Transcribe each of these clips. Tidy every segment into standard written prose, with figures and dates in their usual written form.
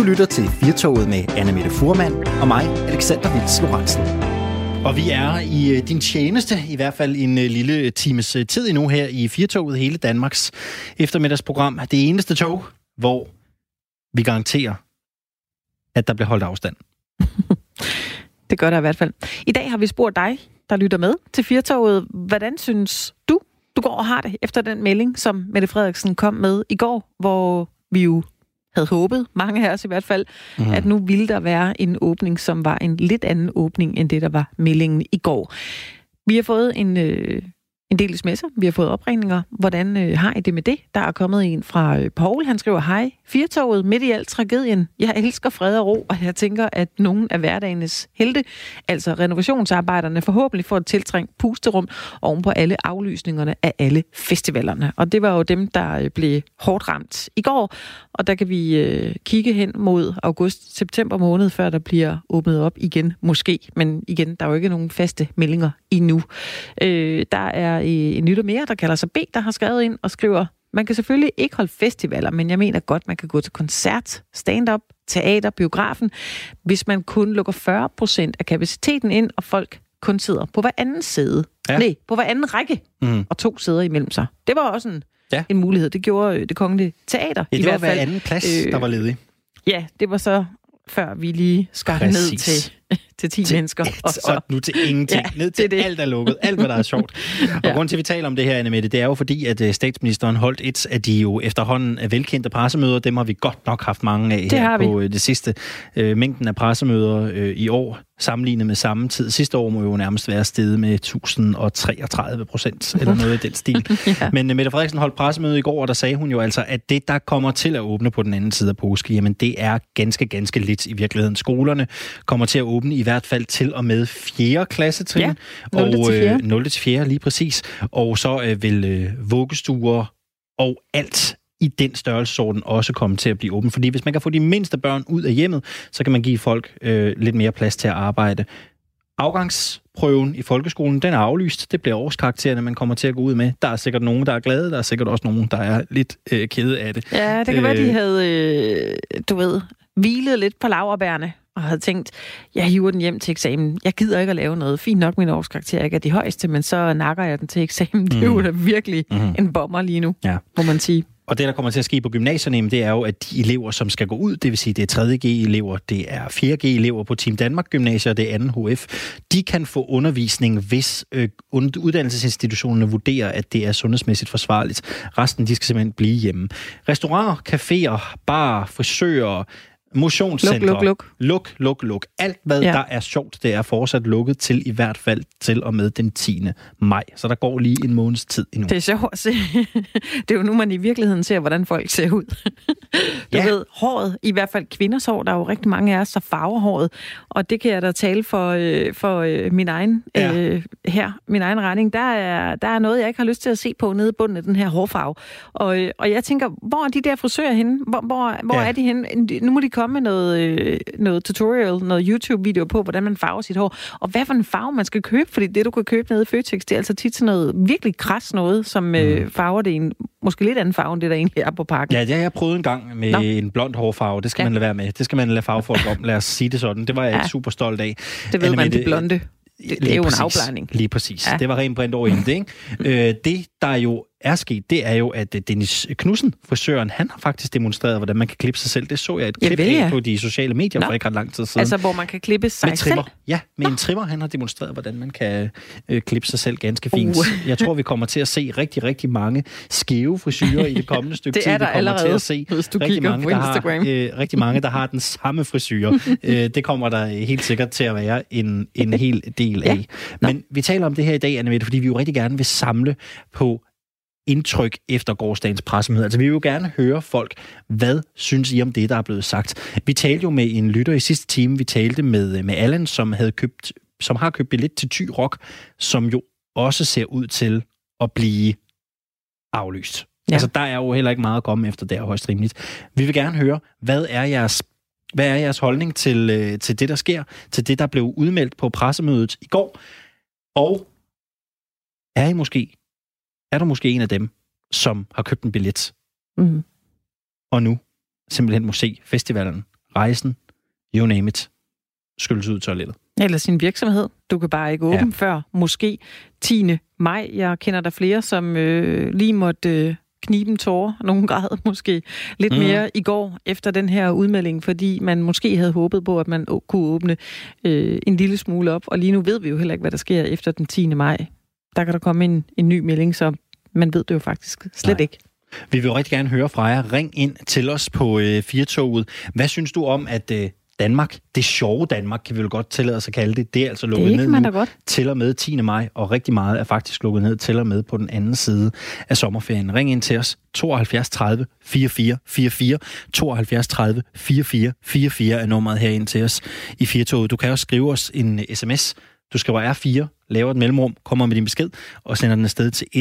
Du lytter til Firtoget med Anne-Mette Fuhrmann og mig, Alexander Vils Lorentzen. Og vi er i din tjeneste, i hvert fald en lille times tid endnu her i Firtoget, hele Danmarks eftermiddagsprogram. Det eneste tog, hvor vi garanterer, at der bliver holdt afstand. Det gør der i hvert fald. I dag har vi spurgt dig, der lytter med til Firtoget. Hvordan synes du går og har det efter den melding, som Mette Frederiksen kom med i går, hvor vi jo havde håbet, mange af os i hvert fald, at nu ville der være en åbning, som var en lidt anden åbning, end det, der var meldingen i går. Vi har fået en del sms'er, vi har fået opringninger. Hvordan har I det med det? Der er kommet en fra Paul, han skriver, hej, Firtoget midt i al tragedien. Jeg elsker fred og ro, og jeg tænker, at nogle af hverdagens helte, altså renovationsarbejderne, forhåbentlig får et tiltrængt pusterum oven på alle aflysningerne af alle festivalerne. Og det var jo dem, der blev hårdt ramt i går, og der kan vi kigge hen mod august-september måned, før der bliver åbnet op igen, måske. Men igen, der er jo ikke nogen faste meldinger endnu. Der er en lytter mere, der kalder sig B, der har skrevet ind og skriver, man kan selvfølgelig ikke holde festivaler, men jeg mener godt, man kan gå til koncert, stand-up, teater, biografen, hvis man kun lukker 40% af kapaciteten ind, og folk kun sidder på hver anden sæde. Ja. Nej, på hver anden række, og 2 sæder imellem sig. Det var også en mulighed. Det gjorde Det Kongelige Teater. Ja, det var hver anden plads, der var ledig. Ja, det var så før vi lige skar ned til 10 mennesker. Så nu til ingenting. Ned til det. Alt er lukket. Alt, hvad der er sjovt. Og grunden til, at vi taler om det her, Anne-Mette, det er jo fordi, at statsministeren holdt et af de jo efterhånden velkendte pressemøder. Dem har vi godt nok haft mange af her på det sidste. Mængden af pressemøder i år, sammenlignet med samme tid. Sidste år må jo nærmest være steget med 1033% eller noget i den stil. Men Mette Frederiksen holdt pressemøde i går, og der sagde hun jo altså, at det, der kommer til at åbne på den anden side af påske, jamen det er ganske lidt i virkeligheden. Skolerne kommer til at åbne i hvert fald til og med 4. klassetrin. Ja, 0. til 4. lige præcis. Og så vil vuggestuer og alt i den størrelsesorden også komme til at blive åben. Fordi hvis man kan få de mindste børn ud af hjemmet, så kan man give folk lidt mere plads til at arbejde. Afgangsprøven i folkeskolen, den er aflyst. Det bliver årskaraktererne, man kommer til at gå ud med. Der er sikkert nogen, der er glade. Der er sikkert også nogen, der er lidt kede af det. Ja, det kan være, de havde, hvilet lidt på laurbærrene og havde tænkt, jeg hiver den hjem til eksamen. Jeg gider ikke at lave noget. Fint nok, min årskarakter ikke er de højeste, men så nakker jeg den til eksamen. Det er jo da virkelig en bomber lige nu, må man sige. Og det, der kommer til at ske på gymnasierne, det er jo, at de elever, som skal gå ud, det vil sige, det er 3.G-elever, det er 4.G-elever på Team Danmark-gymnasier, det er 2. HF, de kan få undervisning, hvis uddannelsesinstitutionerne vurderer, at det er sundhedsmæssigt forsvarligt. Resten, de skal simpelthen blive hjemme. Restauranter, caféer, barer, frisører, motionscentre. Luk. Alt, hvad der er sjovt, det er fortsat lukket til i hvert fald til og med den 10. maj. Så der går lige en måneds tid endnu. Det er sjovt at se. Det er jo nu, man i virkeligheden ser, hvordan folk ser ud. Du ved, håret, i hvert fald kvinders hår, der er jo rigtig mange af os, der farver håret. Og det kan jeg da tale for min egen min egen regning. Der er noget, jeg ikke har lyst til at se på nede i bunden af den her hårfarve. Og jeg tænker, hvor er de der frisører henne? Hvor er de henne? Nu må de komme med noget tutorial, noget YouTube-video på, hvordan man farver sit hår. Og hvad for en farve man skal købe, fordi det, du kan købe nede i Føtex, det er altså tit sådan noget virkelig kras noget, som farver det en måske lidt anden farve, end det, der egentlig er på pakken. Ja, det har jeg prøvet en gang med en blond hårfarve. Det skal man lade være med. Det skal man lade farvefolk om. Lad os sige det sådan. Det var jeg ikke super stolt af. Det ved man, de blonde. Det er jo en afblanding. Lige præcis. Ja. Det var rent brændt over i det, ikke? Det, der jo er sket, det er jo, at Dennis Knudsen, frisøren, han har faktisk demonstreret, hvordan man kan klippe sig selv. Det så jeg et klip af på de sociale medier for ikke ret lang tid siden. Altså, hvor man kan klippe sig selv? Ja, med en trimmer. Han har demonstreret, hvordan man kan klippe sig selv ganske fint. Jeg tror, vi kommer til at se rigtig, rigtig mange skæve frisyrer i det kommende stykke tid. Det er der allerede, til at se hvis du kigger på Instagram. Rigtig mange, der har den samme frisyre. Det kommer der helt sikkert til at være en hel del af. Men vi taler om det her i dag, Anne-Mette, fordi vi jo rigtig gerne vil samle på indtryk efter gårsdagens pressemøde. Altså, vi vil jo gerne høre folk, hvad synes I om det, der er blevet sagt? Vi talte jo med en lytter i sidste time. Vi talte med Allan, som har købt billet til Thy Rock, som jo også ser ud til at blive aflyst. Ja. Altså, der er jo heller ikke meget at komme efter, det er højst rimeligt. Vi vil gerne høre, hvad er jeres holdning til det, der sker, til det, der blev udmeldt på pressemødet i går? Og er du måske en af dem, som har købt en billet, og nu simpelthen må se festivalen rejsen, you name it, skyldes ud i toilettet. Eller sin virksomhed. Du kan bare ikke åbne før måske 10. maj. Jeg kender der flere, som lige måtte knibe en tåre, nogle grader måske lidt mere i går efter den her udmelding, fordi man måske havde håbet på, at man kunne åbne en lille smule op. Og lige nu ved vi jo heller ikke, hvad der sker efter den 10. maj. Der kan der komme en ny melding, så man ved det jo faktisk slet ikke. Vi vil jo rigtig gerne høre fra jer. Ring ind til os på Firtoget. Hvad synes du om, at Danmark, det sjove Danmark, kan vi vel godt tillade os at kalde det, det er altså lukket ned nu til og med 10. maj, og rigtig meget er faktisk lukket ned til og med på den anden side af sommerferien. Ring ind til os, 72 30 44 44, 72 30 44 44 er nummeret her ind til os i Firtoget. Du kan også skrive os en sms. Du skriver R4, laver et mellemrum, kommer med din besked, og sender den afsted til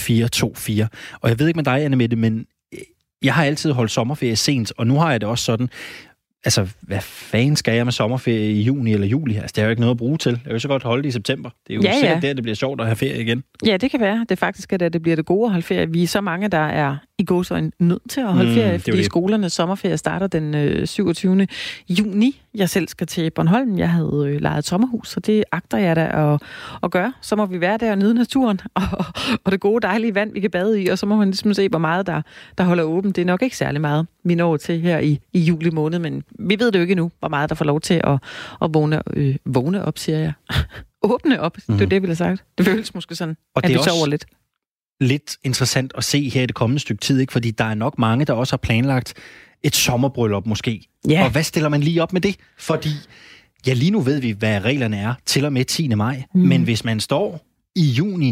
1424. Og jeg ved ikke med dig, Annemette, men jeg har altid holdt sommerferie sent, og nu har jeg det også sådan. Altså, hvad fanden skal jeg med sommerferie i juni eller juli? Altså, det er jo ikke noget at bruge til. Jeg vil så godt holde det i september. Det er jo sikkert der, det bliver sjovt at have ferie igen. Ja, det kan være. Det er faktisk, at det bliver det gode at holde ferie. Vi er så mange, der er i gåseøjne nødt til at holde ferie, fordi skolernes sommerferie starter den 27. juni. Jeg selv skal til Bornholm. Jeg havde lejet sommerhus, så det agter jeg da at gøre. Så må vi være der og nyde naturen og det gode, dejlige vand, vi kan bade i, og så må man ligesom se, hvor meget der holder åbent. Det er nok ikke særlig meget, vi når til her i juli måned, men vi ved det jo ikke endnu, hvor meget der får lov til at vågne op, siger jeg. Åbne op, det er det, vi har sagt. Det føles måske sådan, og at vi sover lidt. Lidt interessant at se her i det kommende stykke tid, ikke? Fordi der er nok mange, der også har planlagt et sommerbryllup måske. Yeah. Og hvad stiller man lige op med det? Fordi, lige nu ved vi, hvad reglerne er til og med 10. maj. Men hvis man står i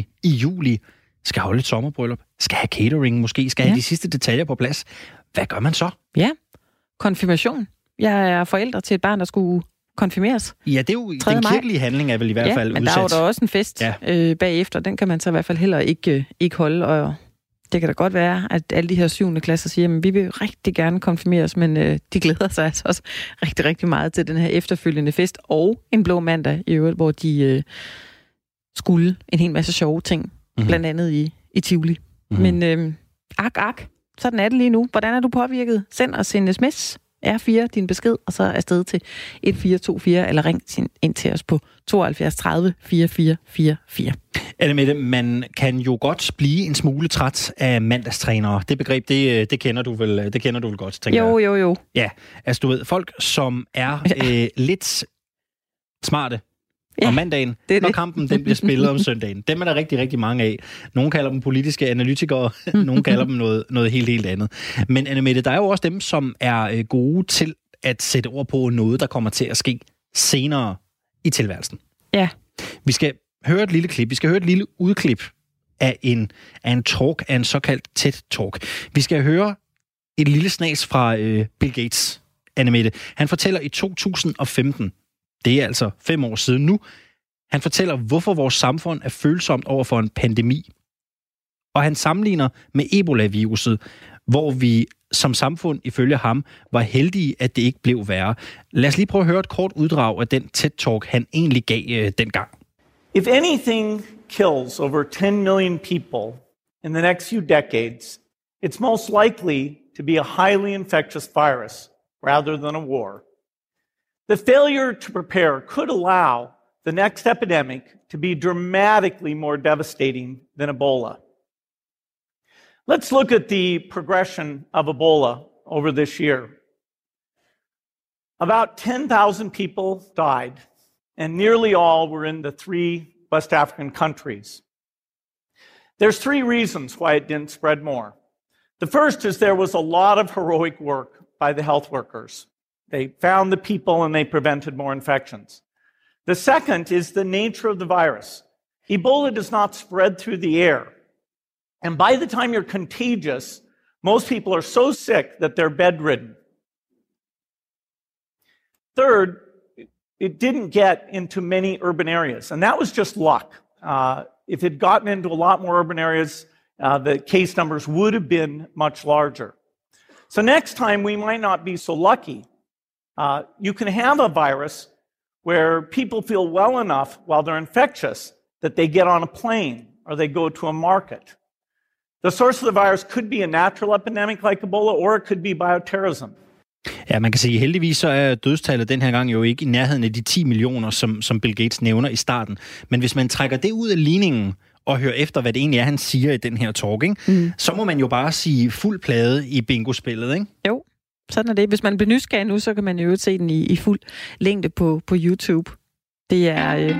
juli, skal holde et sommerbryllup, skal have catering måske, skal have de sidste detaljer på plads, hvad gør man så? Ja, konfirmation. Jeg er forælder til et barn, der skulle konfirmeres. Ja, det er jo den kirkelige handling er vel i hvert fald men udsat. Der er jo da også en fest bagefter. Den kan man så i hvert fald heller ikke holde. Og det kan da godt være, at alle de her 7. klasser siger, at vi vil rigtig gerne konfirmeres, men de glæder sig altså også rigtig, rigtig meget til den her efterfølgende fest. Og en blå mandag i øvrigt, hvor de skulle en hel masse sjove ting. Blandt andet i Tivoli. Men sådan er det lige nu. Hvordan er du påvirket? Send os en sms. R4, din besked, og så afsted til 1424, eller ring ind til os på 72 30 44 44. Annemette, man kan jo godt blive en smule træt af mandagstrænere. Det begreb, det kender du vel godt, tænker jeg. Jo. Ja, altså du ved, folk, som er lidt smarte om mandagen, når kampen den bliver spillet om søndagen. Dem er der rigtig, rigtig mange af. Nogle kalder dem politiske analytikere, nogle kalder dem noget helt andet. Men Annemette, der er jo også dem, som er gode til at sætte ord på noget, der kommer til at ske senere i tilværelsen. Ja. Vi skal høre et lille klip. Vi skal høre et lille udklip af en talk, af en såkaldt TED-talk. Vi skal høre et lille snas fra Bill Gates, Annemette. Han fortæller i 2015, det er altså 5 år siden nu, han fortæller, hvorfor vores samfund er følsomt over for en pandemi. Og han sammenligner med Ebola-viruset, hvor vi som samfund, ifølge ham, var heldige, at det ikke blev værre. Lad os lige prøve at høre et kort uddrag af den TED-talk, han egentlig gav dengang. If anything kills over 10 million people in the next few decades, it's most likely to be a highly infectious virus rather than a war. The failure to prepare could allow the next epidemic to be dramatically more devastating than Ebola. Let's look at the progression of Ebola over this year. About 10,000 people died, and nearly all were in the 3 West African countries. There's 3 reasons why it didn't spread more. The first is there was a lot of heroic work by the health workers. They found the people and they prevented more infections. The second is the nature of the virus. Ebola does not spread through the air. And by the time you're contagious, most people are so sick that they're bedridden. Third, it didn't get into many urban areas, and that was just luck. If it had gotten into a lot more urban areas, the case numbers would have been much larger. So next time we might not be so lucky. You can have a virus where people feel well enough while they're infectious that they get on a plane or they go to a market. The source of the virus could be a natural epidemic like Ebola, or it could be bioterrorism. Ja, man kan sige, heldigvis så er dødstallet den her gang jo ikke i nærheden af de 10 millioner, som Bill Gates nævner i starten. Men hvis man trækker det ud af ligningen og hører efter, hvad det egentlig er, han siger i den her talk, ikke? Så må man jo bare sige fuld plade i bingo-spillet, ikke? Jo, sådan er det. Hvis man bliver nysgerrig nu, så kan man jo se den i fuld længde på YouTube. Det er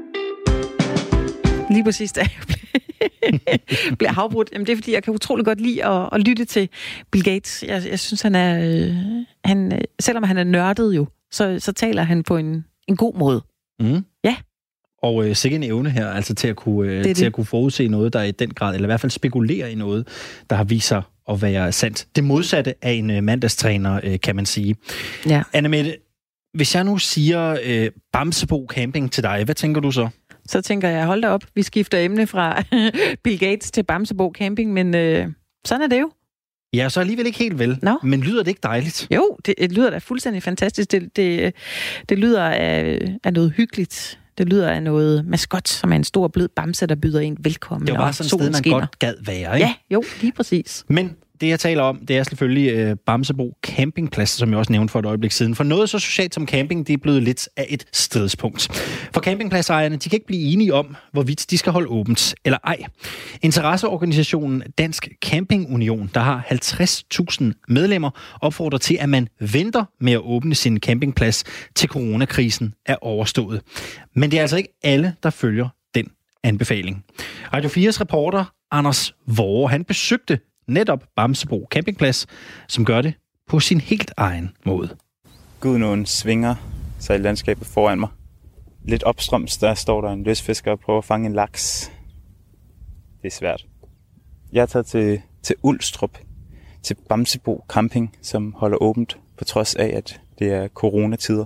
lige præcis da jeg bliver havbrudt. Jamen, det er, fordi jeg kan utrolig godt lide at lytte til Bill Gates. Jeg synes, han er... selvom han er nørdet jo, så taler han på en god måde. Mm. Ja. Og sikke en evne her, altså til at kunne forudse noget, der i den grad, eller i hvert fald spekulere i noget, der har vist sig at være sandt. Det modsatte af en mandagstræner, kan man sige. Ja. Anne-Mette, hvis jeg nu siger Bamsebo Camping til dig, hvad tænker du så? Så tænker jeg, hold da op, vi skifter emne fra Bill Gates til Bamsebo Camping, men sådan er det jo. Ja, så alligevel ikke helt vel. No. Men lyder det ikke dejligt? Jo, det lyder da fuldstændig fantastisk. Det lyder af noget hyggeligt. Det lyder af noget maskot, som er en stor blød bamse, der byder en velkommen. Det var bare sådan et sted, man godt gad være, ikke? Ja, jo, lige præcis. Men det, jeg taler om, det er selvfølgelig Bamsebo Campingplads, som jeg også nævnte for et øjeblik siden. For noget så socialt som camping, det er blevet lidt af et stridspunkt. For campingpladsejerne, de kan ikke blive enige om, hvorvidt de skal holde åbent eller ej. Interesseorganisationen Dansk Camping Union, der har 50.000 medlemmer, opfordrer til, at man venter med at åbne sin campingplads, til coronakrisen er overstået. Men det er altså ikke alle, der følger den anbefaling. Radio 4's reporter Anders Vore, han besøgte netop Bamsebo Campingplads, som gør det på sin helt egen måde. Gudnåen svinger sig i landskabet foran mig. Lidt opstrøms, der står der en løsfisker og prøver at fange en laks. Det er svært. Jeg er taget til Ulstrup, til Bamsebo Camping, som holder åbent på trods af, at det er coronatider.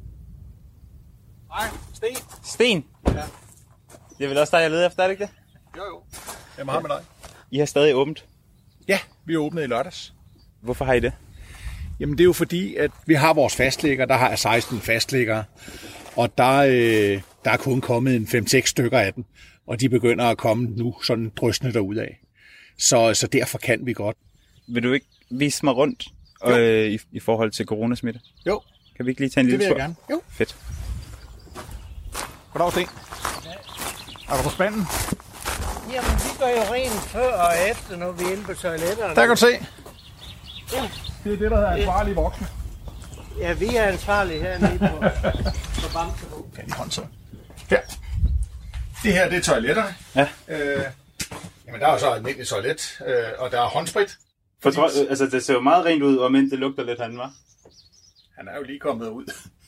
Hej, Sten. Sten? Ja. Det er vel også dig, jeg leder efter, er det ikke det? Jo. Jeg må have med dig. I har stadig åbent. Ja, vi åbnede i lørdags. Hvorfor har I det? Jamen det er jo fordi, at vi har vores fastlægger. Der har jeg 16 fastlæggere. Og der er kun kommet en 5-6 stykker af dem. Og de begynder at komme nu sådan drøsende derudad. Så derfor kan vi godt. Vil du ikke vise mig rundt i forhold til coronasmitte? Jo. Kan vi ikke lige tage en lille tur? Det vil jeg gerne. Jo. Fedt. Goddag, Sten. Er du på spanden? Jamen, vi gør jo rent før og efter, når vi er inde på toiletterne. Der kan du se. Ja. Det er det, der hedder ansvarlige voksne. Ja, vi er ansvarlige hernede på Bamsebo. Ja, lige håndtaget. Her. Det her, det er toiletterne. Ja. Jamen, der er jo så et almindeligt toilet, og der er håndsprit. Altså, det ser jo meget rent ud, og men det lugter lidt, han var. Han er jo lige kommet ud.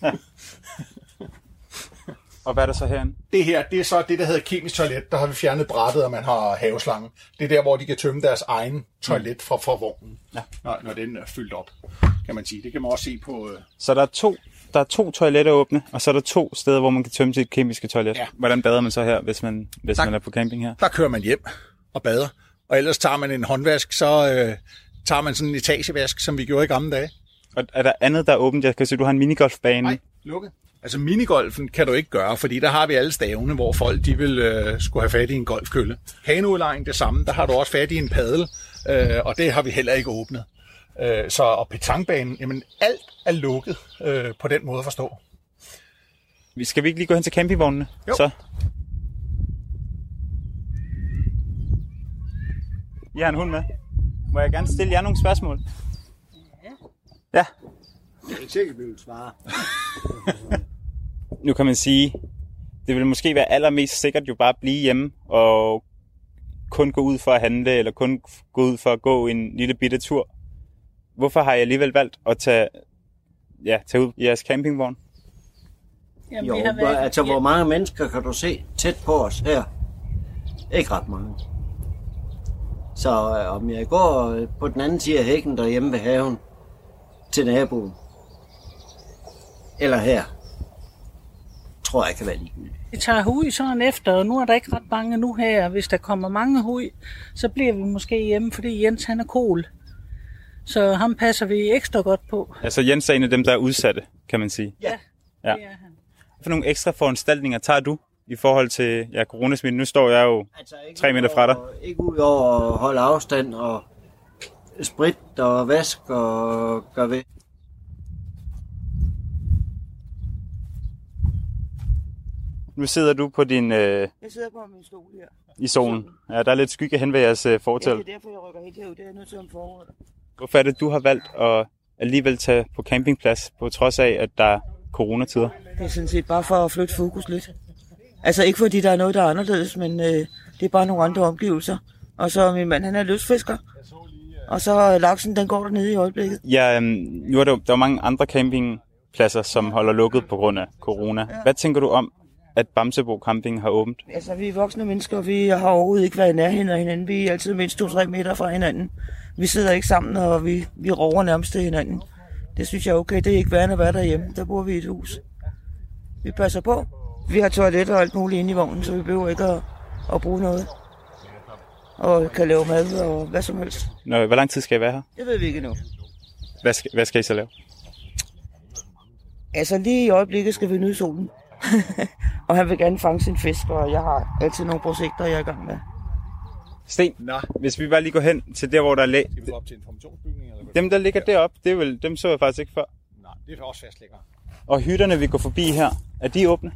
Og hvad er der så herinde? Det her, det er så det, der hedder kemisk toilet. Der har vi fjernet brættet, og man har haveslangen. Det er der, hvor de kan tømme deres egen toilet fra vognen, ja. når den er fyldt op, kan man sige. Det kan man også se på... Så der er to toiletter åbne, og så er der 2 steder, hvor man kan tømme sit kemiske toilet. Ja. Hvordan bader man så her, hvis man er på camping her? Der kører man hjem og bader. Og ellers tager man en håndvask, så tager man sådan en etagevask, som vi gjorde i gamle dage. Og er der andet, der er åbent? Jeg kan se, du har en minigolfbane. Nej, lukket. Altså minigolfen kan du ikke gøre, fordi der har vi alle stavene, hvor folk de vil skulle have fat i en golfkølle. Kanoudlejning det samme, der har du også fat i en paddel, og det har vi heller ikke åbnet. Og petanquebanen, jamen alt er lukket på den måde at forstå. Skal vi ikke lige gå hen til campingvognene? Jo. Så. I har en hund med. Må jeg gerne stille jer nogle spørgsmål? Ja. Jeg er ikke sikkert, vi vil svare. Nu kan man sige, det vil måske være allermest sikkert jo bare at blive hjemme og kun gå ud for at handle, eller kun gå ud for at gå en lille bitte tur. Hvorfor har I alligevel valgt at tage ud i jeres campingvogn? Jamen, jo, hvor mange mennesker kan du se tæt på os her? Ikke ret mange. Så om jeg går på den anden side af hækken derhjemme ved haven til naboen, eller her, tror jeg kan være ligegyldigt. Vi tager hui sådan efter, og nu er der ikke ret mange nu her. Hvis der kommer mange hui, så bliver vi måske hjemme, fordi Jens han er kol. Så ham passer vi ekstra godt på. Altså Jens er en af dem, der er udsatte, kan man sige. Ja. Det er han. Hvad for nogle ekstra foranstaltninger tager du i forhold til coronasmitten? Nu står jeg jo 3 meter fra dig. Ikke ud over at holde afstand og sprit og vask og gøre ved. Nu sidder du på din... Jeg sidder på min stol her. I solen. Ja, der er lidt skygge hen ved jeres fortæl. Ja, det er derfor, jeg rykker helt herud. Det er nødt til om foråret. Hvorfor er det, du har valgt at alligevel tage på campingplads, på trods af, at der er coronatider? Det er sådan set bare for at flytte fokus lidt. Altså ikke fordi der er noget, der er anderledes, men det er bare nogle andre omgivelser. Og så min mand, han er lystfisker. Og så laksen, den går dernede i øjeblikket. Ja, nu er der er mange andre campingpladser, som holder lukket på grund af corona. Ja. Hvad tænker du om, at Bamsebo Camping har åbent? Altså, vi er voksne mennesker, og vi har overhovedet ikke været i nærheden af hinanden. Vi er altid mindst 2-3 meter fra hinanden. Vi sidder ikke sammen, og vi rover nærmest til hinanden. Det synes jeg er okay. Det er ikke værd at være derhjemme. Der bor vi i et hus. Vi passer på. Vi har toilet og alt muligt inde i vognen, så vi behøver ikke at bruge noget. Og kan lave mad og hvad som helst. Hvor lang tid skal I være her? Det ved vi ikke endnu. Hvad skal I så lave? Altså lige i øjeblikket skal vi nyde solen. Og han vil gerne fange sin fisk, og jeg har altid nogle projekter, jeg er i gang med. Sten, hvis vi bare lige går hen til der, hvor der er læg. Skal vi gå op til informationsbygning? Eller dem, der ligger deroppe, det er vel, dem så jeg faktisk ikke før. Nej, det er også fastlæggere. Og hytterne, vi går forbi her, er de åbne?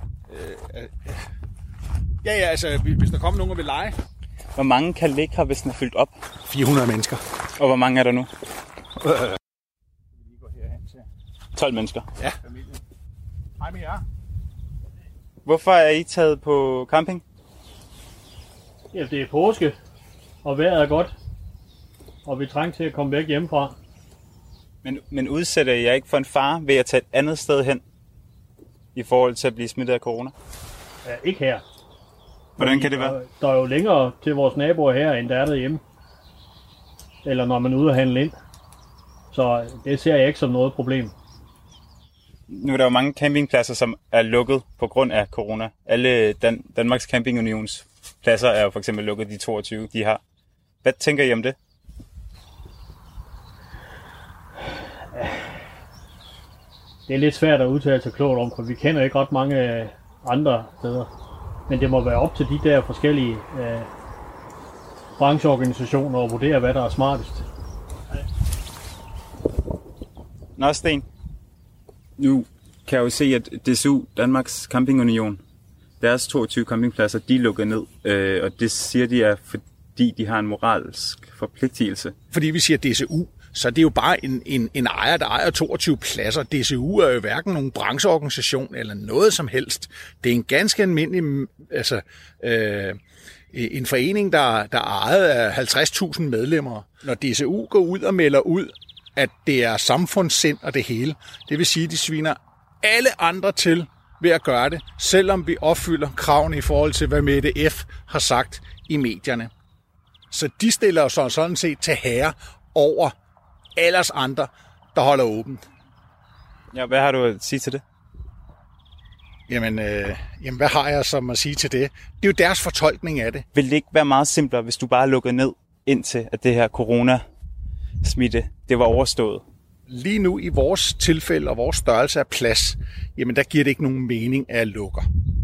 Ja, altså, hvis der kommer nogen og vil lege. Hvor mange kan ligge her, hvis den er fyldt op? 400 mennesker. Og hvor mange er der nu? Vi lige går herhen til 12 mennesker. Ja. Familien. Hej med jer. Hvorfor er I taget på camping? Ja, det er påske, og vejret er godt, og vi trænger til at komme væk hjemmefra. Men udsætter I jer ikke for en fare ved at tage et andet sted hen, i forhold til at blive smittet af corona? Ja, ikke her. Hvordan kan det være? Der er jo længere til vores naboer her, end der er derhjemme. Eller når man er ude og handle ind. Så det ser jeg ikke som noget problem. Nu er der jo mange campingpladser, som er lukket på grund af corona. Alle Danmarks Campingunions pladser er jo for eksempel lukket, de 22, de har. Hvad tænker I om det? Det er lidt svært at udtale sig klogt om, for vi kender ikke ret mange andre steder. Men det må være op til de der forskellige brancheorganisationer at vurdere, hvad der er smartest. Nå, Sten. Nu kan jeg jo se, at DSU, Danmarks Campingunion, deres 22 campingpladser, de er lukket ned. Og det siger de er, fordi de har en moralsk forpligtelse. Fordi vi siger DSU, så det er jo bare en ejer, der ejer 22 pladser. DSU er jo hverken nogen brancheorganisation eller noget som helst. Det er en ganske almindelig, en forening, der er ejet af 50.000 medlemmer. Når DSU går ud og melder ud, at det er samfundssind og det hele, det vil sige, at de sviner alle andre til ved at gøre det, selvom vi opfylder kravene i forhold til, hvad Mette F. har sagt i medierne. Så de stiller så sådan set til herre over allers andre, der holder åbent. Ja, hvad har du at sige til det? Jamen, hvad har jeg som at sige til det? Det er jo deres fortolkning af det. Vil det ikke være meget simplere, hvis du bare lukkede ned, indtil at det her coronasmitte, det var overstået? Lige nu i vores tilfælde og vores størrelse af plads, jamen der giver det ikke nogen mening, at jeg lukker.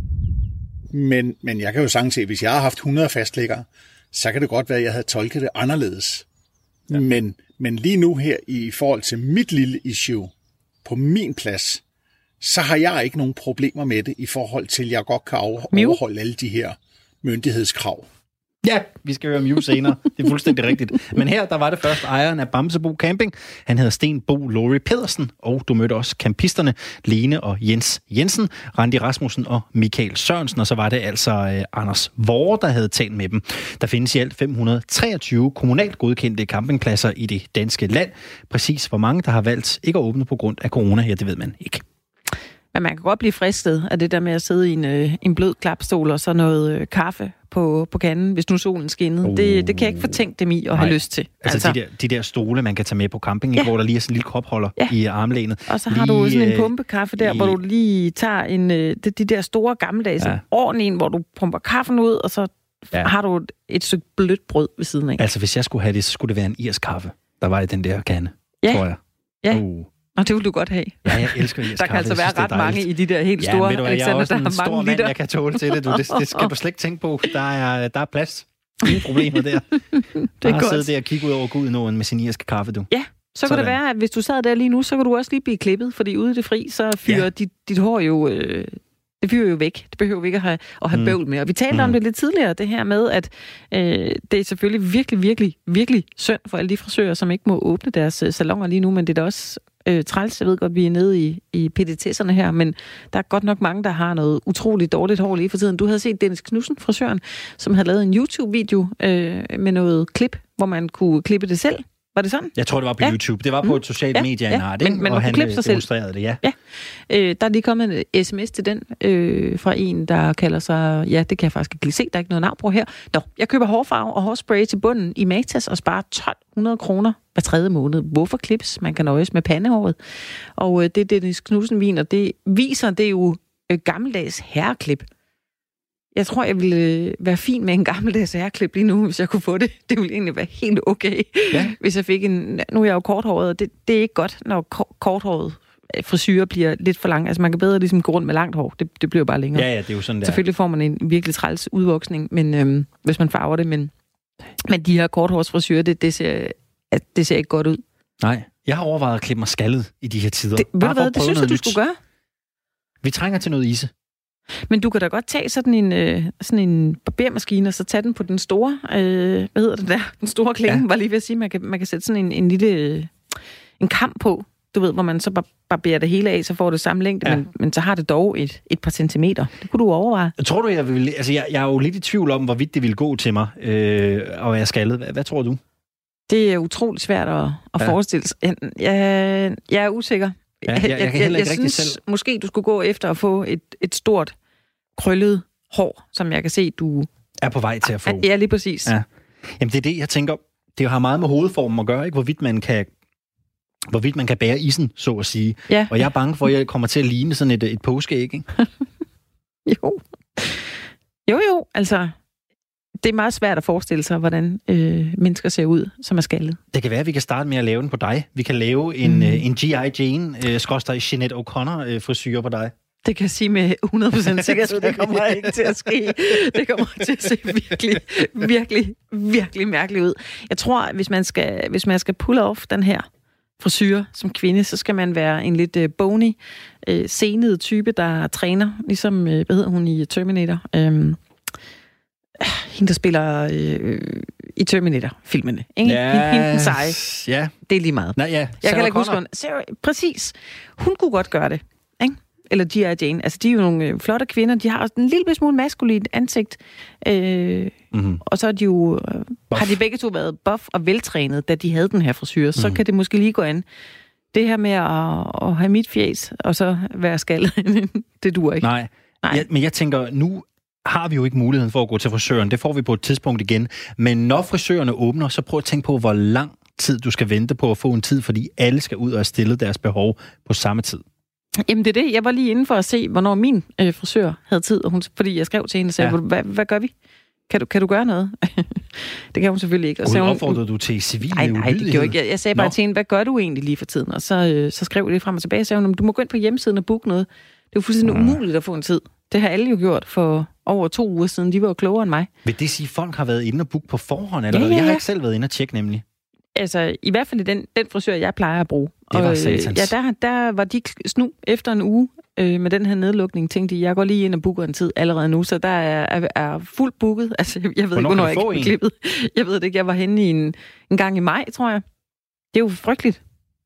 Men jeg kan jo sagtens se, at hvis jeg har haft 100 fastlæggere, så kan det godt være, at jeg havde tolket det anderledes. Ja. Men lige nu her, i forhold til mit lille issue på min plads, så har jeg ikke nogen problemer med det, i forhold til, at jeg godt kan overholde alle de her myndighedskrav. Ja, vi skal høre Mew senere. Det er fuldstændig rigtigt. Men her, der var det først ejeren af Bamsebo Camping. Han hedder Sten Bo Lori Pedersen, og du mødte også campisterne Lene og Jens Jensen, Randi Rasmussen og Michael Sørensen, og så var det altså Anders Vore, der havde talt med dem. Der findes i alt 523 kommunalt godkendte campingpladser i det danske land. Præcis hvor mange, der har valgt ikke at åbne på grund af corona, ja, det ved man ikke. Men man kan godt blive fristet af det der med at sidde i en blød klapstol og så noget kaffe på kanden, hvis nu solen skinnede. Det kan jeg ikke fortænke dem i at have lyst til. Altså de der stole, man kan tage med på camping, ja, hvor der lige er sådan en lille kopholder i armlænet. Og så har du sådan en pumpekaffe der, hvor du lige tager de der store gammeldags ordentlige en, hvor du pumper kaffen ud, og så har du et stykke blødt brød ved siden af. Altså hvis jeg skulle have det, så skulle det være en irsk kaffe, der var i den der kande, tror jeg. Ja. Og det vil du godt have. Ja, jeg elsker irsk kaffe. Der kan altså være ret mange i de der helt store. Ja, Alexander, jeg er også en stor mand, jeg kan tåle til det. Det skal du slet ikke tænke på. Der er plads. Ingen problemer der. Det er godt. Sidde der og kigge ud over Gudenåen med sin irske kaffe, du. Ja, så kan det være, at hvis du sad der lige nu, så kan du også lige blive klippet, fordi ude i det fri, så fyrer dit hår jo Det behøver jo væk. Det behøver vi ikke at have bøvl med. Og vi talte om det lidt tidligere, det her med, at det er selvfølgelig virkelig, virkelig, virkelig synd for alle de frisører, som ikke må åbne deres salonger lige nu, men det er da også træls. Jeg ved godt, vi er nede i petitesserne her, men der er godt nok mange, der har noget utroligt dårligt hår lige for tiden. Du havde set Dennis Knudsen, frisøren, som havde lavet en YouTube-video med noget klip, hvor man kunne klippe det selv. Var det sådan? Jeg tror, det var på YouTube. Det var på et socialt medie, han har det, men og han demonstrerede det, ja. Der er lige kommet en sms til den fra en, der kalder sig... Ja, det kan jeg faktisk ikke lige se. Der er ikke noget navn på her. Nå, jeg køber hårfarve og hårspray til bunden i Matas og sparer 1.200 kroner hver 3. måned. Hvorfor klips? Man kan nøjes med pandehåret. Og det er Dennis Knudsen vin, og det viser, det er jo gammeldags herreklip. Jeg tror, jeg ville være fin med en gammeldags herreklip lige nu, hvis jeg kunne få det. Det ville egentlig være helt okay, hvis jeg fik en... Nu er jeg jo korthåret, og det er ikke godt, når korthåret frisyrer bliver lidt for lang. Altså man kan bedre ligesom gå rundt med langt hår. Det bliver bare længere. Ja, det er jo sådan der. Selvfølgelig får man en virkelig træls udvoksning, men hvis man farver det. Men de her korthårsfrisyrer, det ser ikke godt ud. Nej, jeg har overvejet at klippe mig skaldet i de her tider. Ved du hvad, det synes jeg, du skulle gøre. Vi trænger til noget ise. Men du kan da godt tage sådan en barbermaskine, og så tage den på den store, hvad hedder det der? Den store klinge, var lige ved at sige, man kan sætte sådan en lille en kam på, du ved, hvor man så barberer det hele af, så får det samme længde, men så har det dog et par centimeter. Det kunne du overveje. Tror du, jeg er jo lidt i tvivl om, hvorvidt det ville gå til mig at være skaldet. Hvad tror du? Det er utroligt svært at forestille sig. Jeg er usikker. Ja, jeg kan heller ikke synes, selv. Måske du skulle gå efter at få et stort, krøllet hår, som jeg kan se, du er på vej til at få. Ja, lige præcis. Ja. Jamen, det er det, jeg tænker. Det har meget med hovedformen at gøre, ikke? Hvorvidt man kan bære isen, så at sige. Ja. Og jeg er bange for, at jeg kommer til at ligne sådan et påskeæg, ikke? Jo, altså... Det er meget svært at forestille sig, hvordan mennesker ser ud, som er skaldet. Det kan være, at vi kan starte med at lave den på dig. Vi kan lave en G.I. Jane, Jeanette O'Connor frisyre på dig. Det kan jeg sige med 100% sikkerhed. Det kommer ikke til at ske. Det kommer til at se virkelig, virkelig, virkelig mærkeligt ud. Jeg tror, hvis man skal pull off den her frisyre som kvinde, så skal man være en lidt bony, senet type, der træner, ligesom, hvad hedder hun i Terminator? Hende, der spiller i Terminator-filmene. Ikke? Ja, hende den seje. Ja. Det er lige meget. Nej, ja. Jeg kan ikke huske, præcis. Hun kunne godt gøre det. Ikke? Eller G.I. Jane. Altså, de er jo nogle flotte kvinder. De har også en lille smule maskulint ansigt. Og så er de jo, har de begge to været buff og veltrænet, da de havde den her frisyr. Så kan det måske lige gå an. Det her med at have mit fjes, og så være skaldet, det duer ikke. Nej. Ja, men jeg tænker, nu har vi jo ikke muligheden for at gå til frisøren. Det får vi på et tidspunkt igen. Men når frisørerne åbner, så prøv at tænke på, hvor lang tid du skal vente på at få en tid, fordi alle skal ud og stille deres behov på samme tid. Jamen det er det. Jeg var lige inde for at se, hvornår min frisør havde tid, og fordi jeg skrev til hende og sagde, hvad gør vi? Kan du gøre noget? Det kan hun selvfølgelig ikke. Og opfordrede du til civil ulydighed? Nej, det gjorde ikke. Jeg sagde bare til hende, hvad gør du egentlig lige for tiden? Og så skrev jeg det frem og tilbage, og sagde hun, du må gå ind på hjemmesiden og booke noget. Det er jo fuldstændig umuligt at få en tid. Det har alle jo gjort for over 2 uger siden. De var jo klogere end mig. Vil det sige, at folk har været inde og booke på forhånd? Eller ja. Jeg har ikke selv været inde og tjekke nemlig. Altså, i hvert fald den frisør, jeg plejer at bruge. Det var satans. Ja, der var de snu efter en uge med den her nedlukning. Tænkte de, jeg går lige ind og booker en tid allerede nu, så der er fuldt booket. Altså, jeg ved ikke, hvornår jeg ikke har klippet. Jeg ved det ikke, jeg var henne i en gang i maj, tror jeg. Det er jo frygteligt.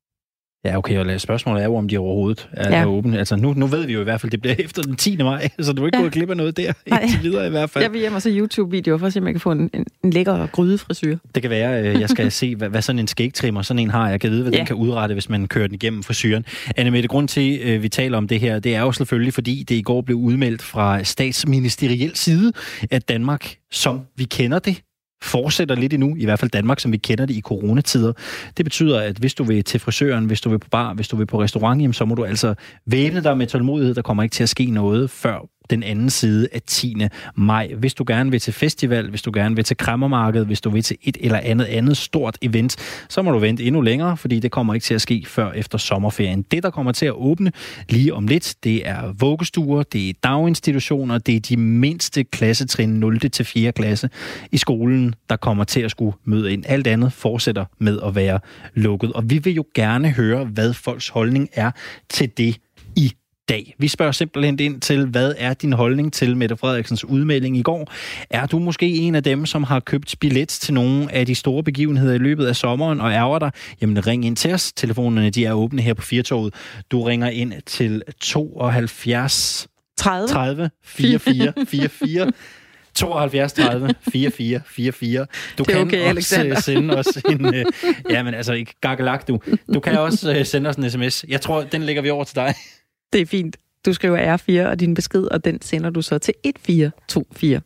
Ja, okay, og spørgsmålet er jo, om de overhovedet er åbne. Altså, nu ved vi jo i hvert fald, det bliver efter den 10. maj, så du er ikke gået og glip af noget der, indtil videre i hvert fald. Jeg vil hjem og se YouTube-videoer for at se, om jeg kan få en lækker grydefrisyre. Det kan være, jeg skal se, hvad sådan en skægtrimmer, sådan en har. Jeg kan vide, hvad den kan udrette, hvis man kører den igennem frisyren. Anne-Mette, grund til, vi taler om det her, det er jo selvfølgelig, fordi det i går blev udmeldt fra statsministeriel side, at Danmark, som vi kender det, fortsætter lidt endnu, i hvert fald Danmark, som vi kender det i coronatider. Det betyder, at hvis du vil til frisøren, hvis du vil på bar, hvis du vil på restaurant, jamen, så må du altså væbne dig med tålmodighed. Der kommer ikke til at ske noget før den anden side af 10. maj. Hvis du gerne vil til festival, hvis du gerne vil til kræmmermarked, hvis du vil til et eller andet stort event, så må du vente endnu længere, fordi det kommer ikke til at ske før efter sommerferien. Det, der kommer til at åbne lige om lidt, det er vuggestuer, det er daginstitutioner, det er de mindste klassetrin 0. til 4. klasse i skolen, der kommer til at skulle møde ind. Alt andet fortsætter med at være lukket. Og vi vil jo gerne høre, hvad folks holdning er til det i dag. Vi spørger simpelthen ind til, hvad er din holdning til Mette Frederiksens udmelding i går? Er du måske en af dem, som har købt billet til nogle af de store begivenheder i løbet af sommeren og ærger dig? Jamen ring ind til os. Telefonerne de er åbne her på Firtoget. Du ringer ind til 72 30 44 44 72 30 44 44. Du kan okay, også sende os en... jamen altså, ikke gakkelak, du. Du kan også sende os en sms. Jeg tror, den lægger vi over til dig. Det er fint. Du skriver R4 og din besked, og den sender du så til 1424.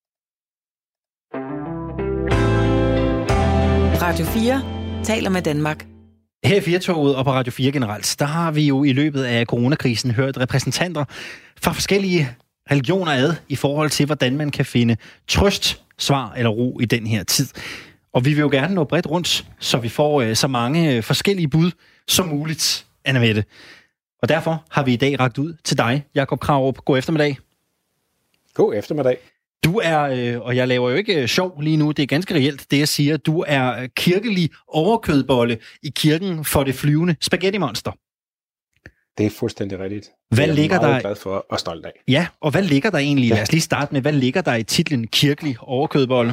Radio 4 taler med Danmark. Her i Firtoget og på Radio 4 generelt, der har vi jo i løbet af coronakrisen hørt repræsentanter fra forskellige religioner ad i forhold til, hvordan man kan finde trøst, svar eller ro i den her tid. Og vi vil jo gerne nå bredt rundt, så vi får så mange forskellige bud som muligt, Anne-Mette. Og derfor har vi i dag rakt ud til dig, Jakob Krarup. God eftermiddag. God eftermiddag. Du er, og jeg laver jo ikke sjov lige nu, det er ganske reelt det, jeg siger, du er kirkelig overkødbolle i kirken for det flyvende spaghetti-monster. Det er fuldstændig rigtigt. Hvad ligger der? Jeg er glad for og stolt af. Ja, og hvad ligger der egentlig? Lad os lige starte med, hvad ligger der i titlen kirkelig overkødbolle?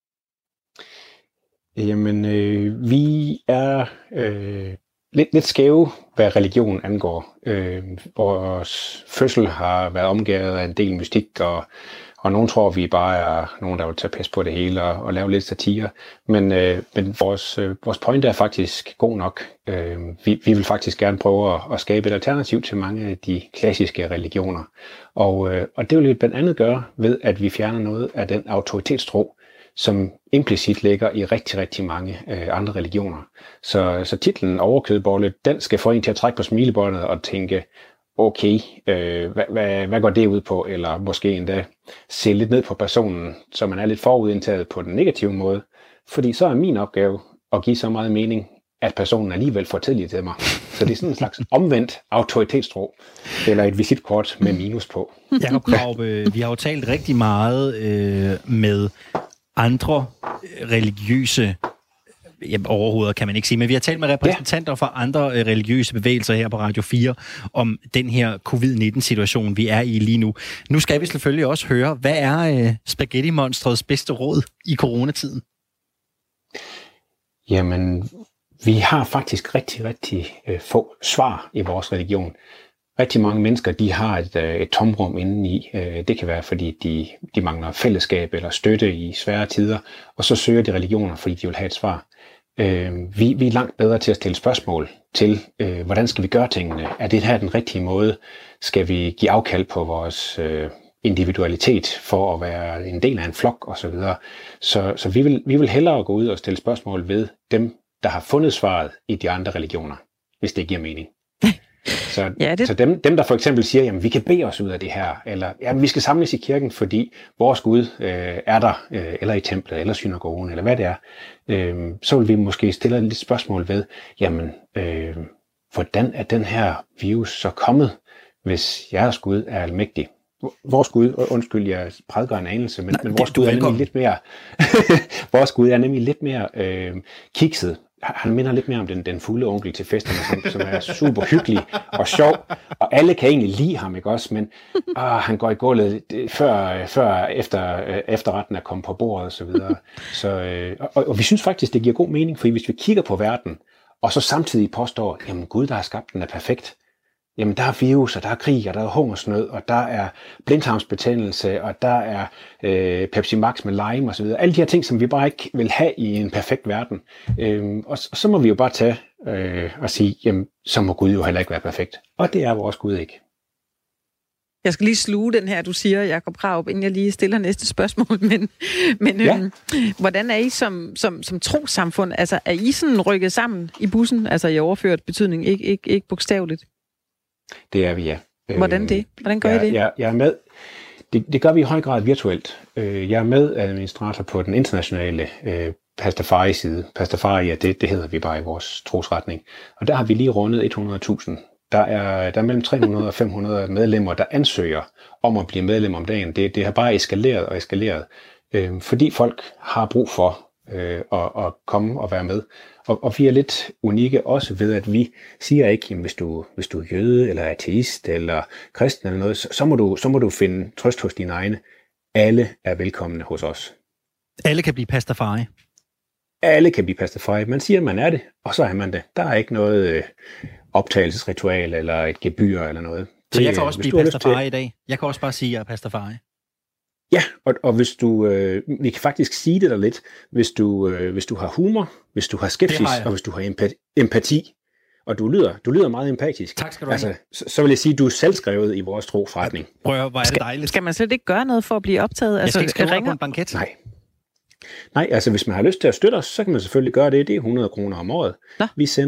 Jamen, vi er lidt skæve, hvad religion angår. Vores fødsel har været omgivet af en del mystik, og nogen tror, vi bare er nogen, der vil tage pis på det hele og lave lidt satire. Men vores pointe er faktisk god nok. Vi vil faktisk gerne prøve at skabe et alternativ til mange af de klassiske religioner. Og det vil vi blandt andet gøre ved, at vi fjerner noget af den autoritetstro, som implicit ligger i rigtig, rigtig mange andre religioner. Så titlen overkødbolle, den skal få en til at trække på smilebåndet og tænke, okay, hvad går det ud på? Eller måske endda se lidt ned på personen, så man er lidt forudindtaget på den negative måde. Fordi så er min opgave at give så meget mening, at personen alligevel får tillid til mig. Så det er sådan en slags omvendt autoritetstro, eller et visitkort med minus på. Jakob Krarup, vi har jo talt rigtig meget med andre religiøse overhovedet kan man ikke sige, men vi har talt med repræsentanter fra andre religiøse bevægelser her på Radio 4 om den her covid-19-situation, vi er i lige nu. Nu skal vi selvfølgelig også høre, hvad er spaghetti-monstrets bedste råd i coronatiden? Jamen, vi har faktisk rigtig, rigtig få svar i vores religion. Rigtig mange mennesker, de har et tomrum indeni. Det kan være, fordi de mangler fællesskab eller støtte i svære tider, og så søger de religioner, fordi de vil have et svar. Vi er langt bedre til at stille spørgsmål til, hvordan skal vi gøre tingene? Er det her den rigtige måde? Skal vi give afkald på vores individualitet for at være en del af en flok osv.? Så vi vil hellere gå ud og stille spørgsmål ved dem, der har fundet svaret i de andre religioner, hvis det giver mening. Så dem, der for eksempel siger, jamen vi kan bede os ud af det her, eller jamen, vi skal samles i kirken, fordi vores Gud er der, eller i templet, eller synagogen, eller hvad det er, så vil vi måske stille lidt spørgsmål ved, jamen, hvordan er den her virus så kommet, hvis jeres Gud er almægtig? Vores Gud, undskyld, jeg prædiker en anelse, men vores Gud er nemlig lidt mere, vores Gud er nemlig lidt mere kikset. Han minder lidt mere om den fulde onkel til festerne, som er super hyggelig og sjov, og alle kan egentlig lide ham, ikke også? Men han går i gulvet før efterretten er kommet på bordet og så videre. Og vi synes faktisk, det giver god mening, for hvis vi kigger på verden, og så samtidig påstår, jamen Gud, der har skabt den, er perfekt. Jamen der er virus, og der er krig, og der er hungersnød, og der er blindtarmsbetændelse, og der er Pepsi Max med lime og så videre. Alle de her ting, som vi bare ikke vil have i en perfekt verden. Og så må vi jo bare tage og sige, jamen så må Gud jo heller ikke være perfekt. Og det er vores Gud ikke. Jeg skal lige sluge den her, du siger, Jakob Krarup, inden jeg lige stiller næste spørgsmål. Men hvordan er I som trossamfund? Altså er I sådan rykket sammen i bussen? Altså i overført betydning, ikke bogstaveligt? Det er vi, ja. Hvordan det? Hvordan gør I det? Jeg er med. Det gør vi i høj grad virtuelt. Jeg er med administrator på den internationale Pastafari-side. Pastafari, det hedder vi bare i vores trosretning. Og der har vi lige rundet 100.000. Der er mellem 300 og 500 medlemmer, der ansøger om at blive medlem om dagen. Det har bare eskaleret og eskaleret, fordi folk har brug for og komme og være med. Og vi er lidt unikke også ved, at vi siger ikke, jamen, hvis du er jøde, eller ateist, eller kristen eller noget, så må du finde trøst hos dine egne. Alle er velkomne hos os. Alle kan blive pastafari. Alle kan blive pastafari. Man siger, at man er det, og så er man det. Der er ikke noget optagelsesritual, eller et gebyr, eller noget. Så jeg kan også blive pastafari i dag? Jeg kan også bare sige, at jeg er pastafari? Ja, og hvis du, vi kan faktisk sige det der lidt, hvis du har humor, hvis du har skepsis, og hvis du har empati, og du lyder meget empatisk. Tak skal du have. Altså, så vil jeg sige, at du er selvskrevet i vores trosretning. Prøv, hvor er det dejligt. Skal man slet ikke gøre noget for at blive optaget? Jeg skal ikke skrive på en banket. Nej, altså hvis man har lyst til at støtte os, så kan man selvfølgelig gøre det. Det er 100 kroner om året. Nå.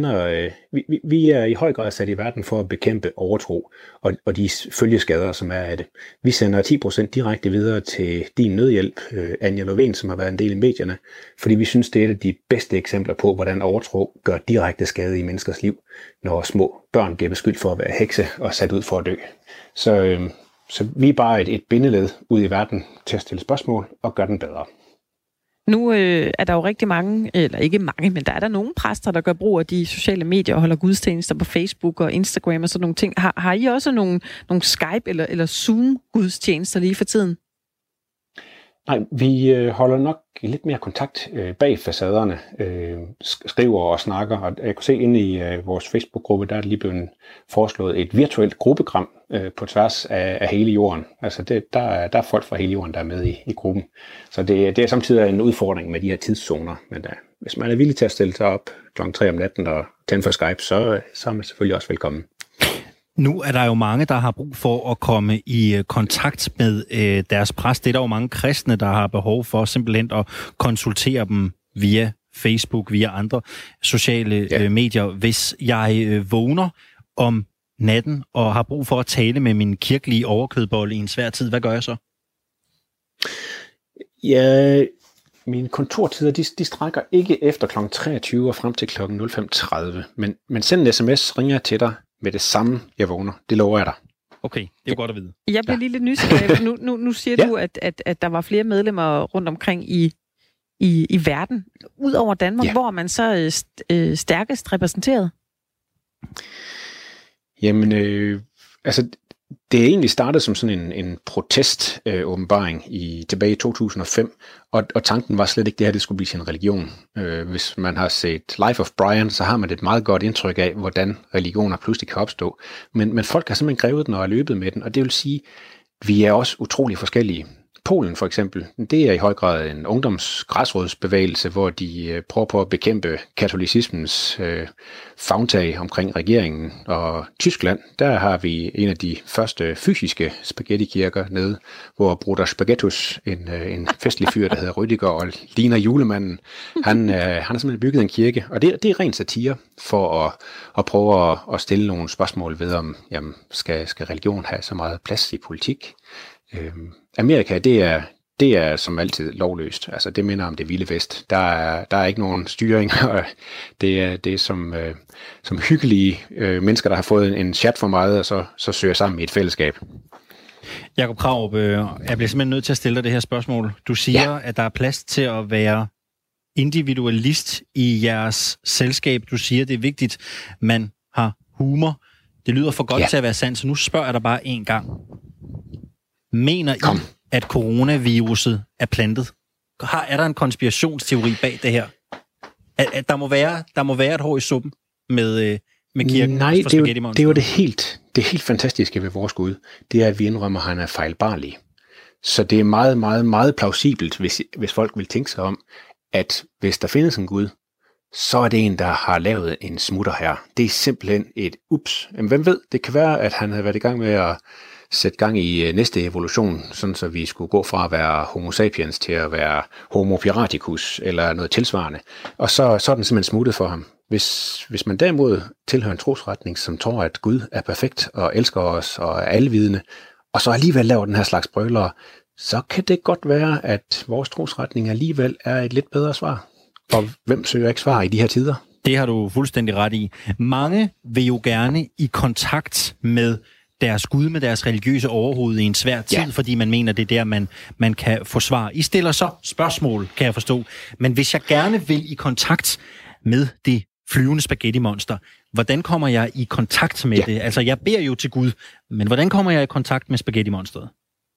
Vi er i høj grad sat i verden for at bekæmpe overtro og de følgeskader, som er af det. Vi sender 10% direkte videre til Din Nødhjælp, Anja Lovén, som har været en del i medierne, fordi vi synes, det er et af de bedste eksempler på, hvordan overtro gør direkte skade i menneskers liv, når små børn bliver beskyldt for at være hekse og sat ud for at dø. Så vi er bare et bindeled ud i verden til at stille spørgsmål og gøre den bedre. Nu er der jo rigtig mange, eller ikke mange, men der er der nogle præster, der gør brug af de sociale medier og holder gudstjenester på Facebook og Instagram og sådan nogle ting. Har I også nogle Skype eller Zoom-gudstjenester lige for tiden? Nej, vi holder nok lidt mere kontakt bag facaderne, skriver og snakker, og jeg kunne se inde i vores Facebook-gruppe, der er lige blevet foreslået et virtuelt gruppegram på tværs af hele jorden. Altså der er folk fra hele jorden, der er med i gruppen. Så det er samtidig en udfordring med de her tidszoner, men hvis man er villig til at stille sig op kl. 3 om natten og tænde for Skype, så er man selvfølgelig også velkommen. Nu er der jo mange, der har brug for at komme i kontakt med deres præst. Det er der jo mange kristne, der har behov for simpelthen at konsultere dem via Facebook, via andre sociale medier. Hvis jeg vågner om natten og har brug for at tale med min kirkelige overkødbolle i en svær tid, hvad gør jeg så? Ja, mine kontortider, de strækker ikke efter kl. 23 og frem til kl. 05:30. Men send en sms, ringer til dig med det samme, jeg vågner. Det lover jeg dig. Okay, det er jo godt at vide. Jeg bliver lige lidt nysgerrig. Nu siger du, at der var flere medlemmer rundt omkring i verden. Udover Danmark, hvor er man så stærkest repræsenteret? Jamen, altså, det er egentlig startet som sådan en protest-åbenbaring tilbage i 2005, og tanken var slet ikke det her, det skulle blive sin religion. Hvis man har set Life of Brian, så har man et meget godt indtryk af, hvordan religioner pludselig kan opstå. Men folk har simpelthen grevet den og er løbet med den, og det vil sige, at vi er også utrolig forskellige. Polen for eksempel, det er i høj grad en ungdomsgræsrådsbevægelse, hvor de prøver på at bekæmpe katolicismens favntag omkring regeringen. Og Tyskland, der har vi en af de første fysiske spaghettikirker nede, hvor Bruder Spaghettus, en festlig fyr, der hedder Rüdiger og ligner julemanden, han har simpelthen bygget en kirke. Og det er ren satire for at prøve at stille nogle spørgsmål ved om, jamen, skal religion have så meget plads i politik? Amerika, det er som altid lovløst. Altså det minder om det vilde vest. Der er ikke nogen styring, og det er som hyggelige mennesker, der har fået en chat for meget, og så søger sammen i et fællesskab. Jakob Krarup, jeg bliver simpelthen nødt til at stille dig det her spørgsmål. Du siger, at der er plads til at være individualist i jeres selskab. Du siger, det er vigtigt, man har humor. Det lyder for godt til at være sandt, så nu spørger jeg dig bare en gang. Mener I, at coronaviruset er plantet? Er der en konspirationsteori bag det her? At der må være et hår i suppen med kirken? Nej, det er jo det helt fantastiske ved vores Gud. Det er, at vi indrømmer, at han er fejlbarlig. Så det er meget, meget, meget plausibelt, hvis folk vil tænke sig om, at hvis der findes en Gud, så er det en, der har lavet en smutter her. Det er simpelthen et ups. Men hvem ved, det kan være, at han havde været i gang med at sætte gang i næste evolution, sådan så vi skulle gå fra at være homo sapiens til at være homo piraticus eller noget tilsvarende. Og så er den simpelthen smuttet for ham. Hvis man derimod tilhører en trosretning, som tror, at Gud er perfekt og elsker os og er alvidende, og så alligevel laver den her slags brølere, så kan det godt være, at vores trosretning alligevel er et lidt bedre svar. Og hvem søger ikke svar i de her tider? Det har du fuldstændig ret i. Mange vil jo gerne i kontakt med deres Gud med deres religiøse overhoved i en svær tid, fordi man mener, det er der, man kan få svar. I stiller så spørgsmål, kan jeg forstå. Men hvis jeg gerne vil i kontakt med det flyvende spaghetti-monster, hvordan kommer jeg i kontakt med det? Altså, jeg beder jo til Gud, men hvordan kommer jeg i kontakt med spaghetti-monsteret?